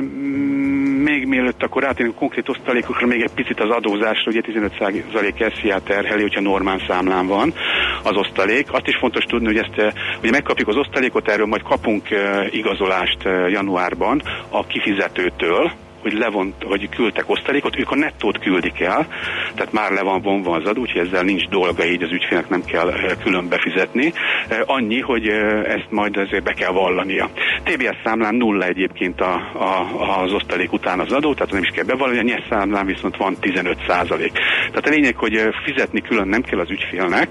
még mielőtt akkor átérünk a konkrét osztalékokra, még egy picit az adózásra, ugye tizenöt százalék es zé á terheli, hogyha normál számlán van az osztalék. Azt is fontos tudni, hogy ezt ugye megkapjuk az osztalékot, erről majd kapunk ö, igazolást ö, januárban a kifizetőtől, hogy levont, hogy küldtek osztalékot, ők a nettót küldik el, tehát már le van vonva az adó, úgyhogy ezzel nincs dolga, így az ügyfélnek nem kell külön befizetni. Annyi, hogy ezt majd azért be kell vallania. té bé es számlán nulla egyébként a, a, az osztalék után az adó, tehát nem is kell bevallani, a nyes számlán viszont van tizenöt százalék. Tehát a lényeg, hogy fizetni külön nem kell az ügyfélnek,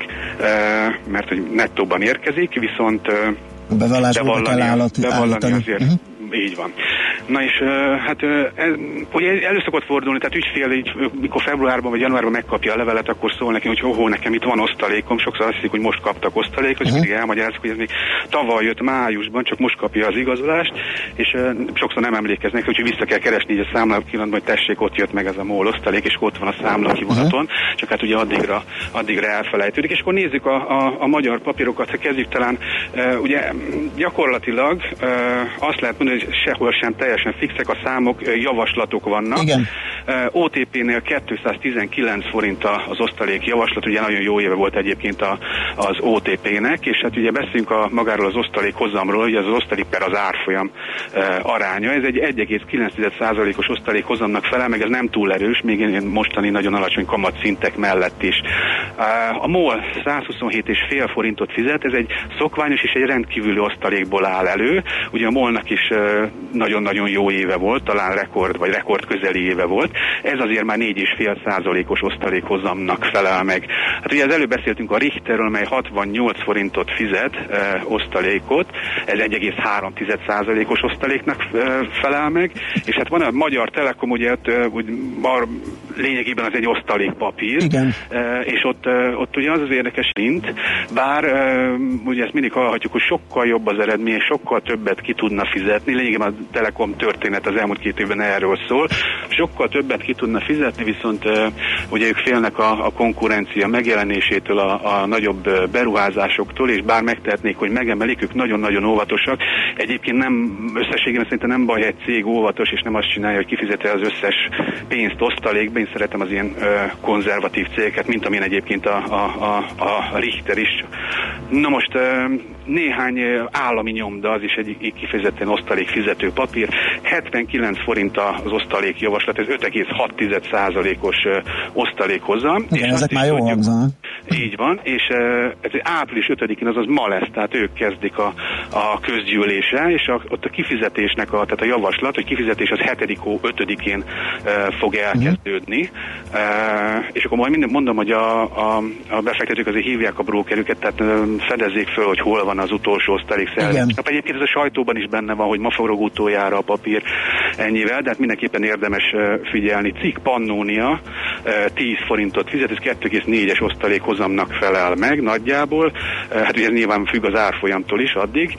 mert hogy nettóban érkezik, viszont bevallásból kell állati, bevallani azért. Uh-huh. Így van. Na és hát ez, ugye elő szokott fordulni, tehát ügyfél így, mikor februárban vagy januárban megkapja a levelet, akkor szól neki, hogy oh, nekem itt van osztalékom, sokszor azt hiszik, hogy most kaptak osztalékot, uh-huh. és pedig elmagyarázzuk, hogy ez még tavaly jött májusban, csak most kapja az igazolást, és uh, sokszor nem emlékeznek, hogy vissza kell keresni így a számlapillanatban, hogy tessék, ott jött meg ez a MOL osztalék, és ott van a számlakivonaton, uh-huh. csak hát ugye addigra, addigra elfelejtődik. És akkor nézzük a, a, a magyar papírokat, ha kezdjük talán, uh, ugye gyakorlatilag uh, azt lehet mondani, hogy sehol sem teljesen fixek a számok, javaslatok vannak. Igen. ó té pé-nél kétszáztizenkilenc forint az osztalék javaslat, ugye nagyon jó éve volt egyébként a, az ó té pé-nek, és hát ugye beszélünk a, magáról az osztalék hozamról, ugye ez az osztalék per az árfolyam e, aránya, ez egy egy egész kilenc százalékos osztalék hozamnak felel, meg ez nem túl erős, még én mostani nagyon alacsony kamatszintek mellett is. E, a MOL százhuszonhét egész öt forintot fizet, ez egy szokványos és egy rendkívüli osztalékból áll elő, ugye a MOL-nak is e, nagyon-nagyon jó éve volt, talán rekord, vagy rekord közeli éve volt. Ez azért már négy egész öt százalékos osztalékhozamnak felel meg. Hát ugye az előbb beszéltünk a Richterről, mely hatvannyolc forintot fizet e, osztalékot, ez egy egész három százalékos osztaléknak e, felel meg, és hát van a Magyar Telekom, ugye ott, e, úgy, mar, lényegében az egy osztalékpapír, e, és ott, e, ott ugye az az érdekes mint, bár e, ugye ezt mindig hallhatjuk, hogy sokkal jobb az eredmény, sokkal többet ki tudna fizetni, lényegében a Telekom történet az elmúlt két évben erről szól. Sokkal többet ki tudna fizetni, viszont uh, ugye ők félnek a, a konkurencia megjelenésétől, a, a nagyobb beruházásoktól, és bár megtehetnék, hogy megemelik, ők nagyon-nagyon óvatosak. Egyébként nem, összességében szerintem nem baj, egy cég óvatos, és nem azt csinálja, hogy kifizeti az összes pénzt osztalékba. Én szeretem az ilyen uh, konzervatív cégeket, mint amilyen egyébként a, a, a, a Richter is. Na most uh, néhány állami nyomda, az is egy kifejezetten osztalék fizető papír. hetvenkilenc forint az osztalék javaslat, ez öt egész hat százalékos osztalék hozzá. Igen, ezek már jó hangzanak. Így van, és ez április ötödikén, azaz ma lesz, tehát ők kezdik a, a közgyűlése, és a, ott a kifizetésnek, a, tehát a javaslat, hogy kifizetés az hetedik hó ötödikén e, fog elkezdődni, uh-huh. e, és akkor majd minden mondom, hogy a, a, a befektetők azért hívják a brókerüket, tehát e, fedezzék föl, hogy hol van az utolsó osztalék szerzés. Egyébként ez a sajtóban is benne van, hogy ma forog utoljára a papír ennyivel, de hát mindenképpen érdemes figyelni. Cikk Pannónia tíz forintot fizet, ez kettő egész négyes osztalékhozamnak felel meg nagyjából, hát ugye ez nyilván függ az árfolyamtól is addig.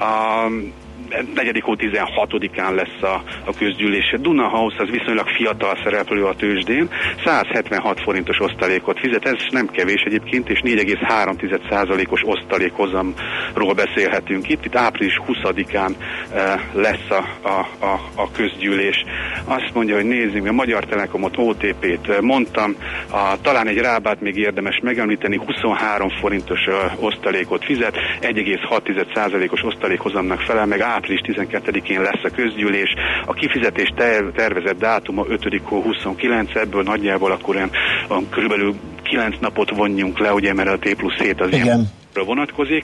A negyedik hó tizenhatodikán lesz a, a közgyűlés. Duna House az viszonylag fiatal szereplő a tőzsdén, száz hetvenhat forintos osztalékot fizet, ez nem kevés egyébként, és négy egész három százalékos osztalékhozamról beszélhetünk itt. Itt április huszadikán e, lesz a, a, a, a közgyűlés. Azt mondja, hogy nézzünk, a Magyar Telekomot, ó té pét mondtam, a, talán egy Rábát még érdemes megemlíteni, huszonhárom forintos e, osztalékot fizet, egy egész hat százalékos osztalékhozamnak felel meg, április tizenkettedikén lesz a közgyűlés. A kifizetés tervezett dátuma ötödik hó huszonkilenc, ebből nagyjából akkor olyan körülbelül kilenc napot vonjunk le, ugye, mert a T plusz hét az igen. ilyen vonatkozik,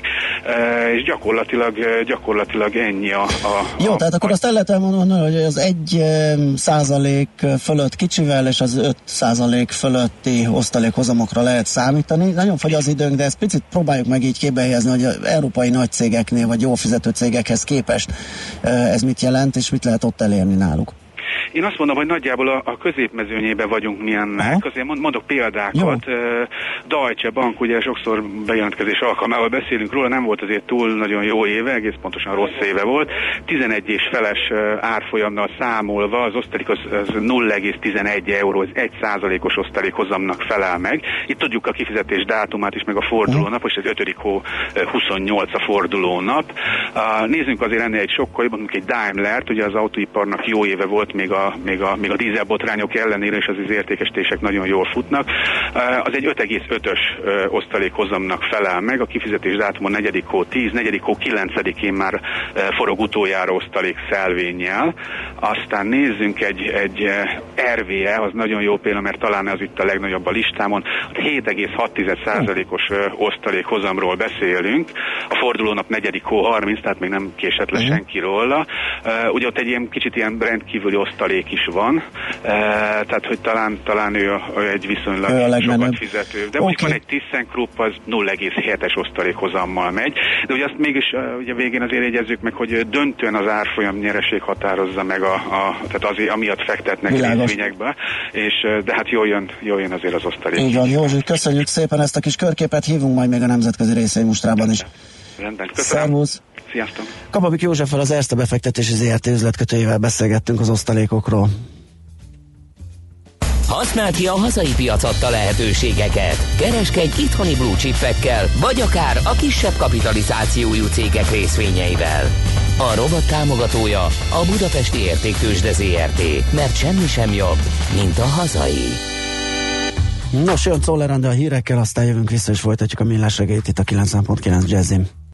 és gyakorlatilag, gyakorlatilag ennyi a... a Jó, a, tehát akkor a, azt el lehet elmondani, hogy az egy százalék fölött kicsivel, és az öt százalék fölötti osztalékhozamokra lehet számítani. Nagyon fogy az időnk, de ezt picit próbáljuk meg így képbe helyezni, hogy az európai nagy cégeknél, vagy jól fizető cégekhez képest ez mit jelent, és mit lehet ott elérni náluk. Én azt mondom, hogy nagyjából a, a középmezőnyében vagyunk mi ennek. Azért mond, mondok példákat. Jó. Deutsche Bank, ugye sokszor bejelentkezés alkalmával beszélünk róla, nem volt azért túl nagyon jó éve, egész pontosan rossz éve volt. tizenegy és feles árfolyamnal számolva az osztalék az, az nulla egész tizenegy euró, ez egy százalékos osztalékhozamnak felel meg. Itt tudjuk a kifizetés dátumát is, meg a fordulónap, és ez ötödik hó huszonnyolc a fordulónap. Nézzünk azért ennél egy sokkal jobb, mondjuk egy Daimlert, ugye az autóiparnak jó éve volt még a a, még a, még a dízelbotrányok ellenére is az, az értékesítések nagyon jól futnak. Az egy öt egész ötös osztalékhozamnak felel meg, a kifizetés dátumon negyedik hó tíz, negyedik hó kilencedikén már forog utoljára osztalék szelvénnyel. Aztán nézzünk egy, egy er vé e, az nagyon jó példa, mert talán az itt a legnagyobb a listámon. hét egész hat százalékos osztalékhozamról beszélünk. A fordulónap negyedik hó harminc, tehát még nem késett le uh-huh. senki róla. Uh, ugye ott egy ilyen kicsit ilyen rendkívüli osztalék is van, uh, tehát hogy talán, talán ő, ő egy viszonylag sokat fizető. De okay. Most van egy ThyssenKrupp, az nulla egész hetes osztalékhozammal megy, de ugye azt mégis uh, ugye végén azért jegyezzük meg, hogy döntően az árfolyam nyereség határozza meg, a, a, tehát azért amiatt fektetnek részvényekbe, és uh, de hát jól jön, jól jön azért az osztalék. Így van, Józsi, köszönjük szépen ezt a kis körképet, hívunk majd még a nemzetközi részvénymustrában is. Rendben, köszönöm. Szervusz. Sziasztok. Kababik Józseffel, az Erste befektetési zé er té üzletkötőjével beszélgettünk az osztalékokról. Használd ki a hazai piac adta lehetőségeket. Kereskedj itthoni blue chipekkel, vagy akár a kisebb kapitalizációjú cégek részvényeivel. A robot támogatója a Budapesti Értéktőzsde zé er té, mert semmi sem jobb, mint a hazai. Nos, jön Czoller Ende a hírekkel, aztán jövünk vissza és folytatjuk a millás reggelyt itt a kilencven pont kilenc Jazzin.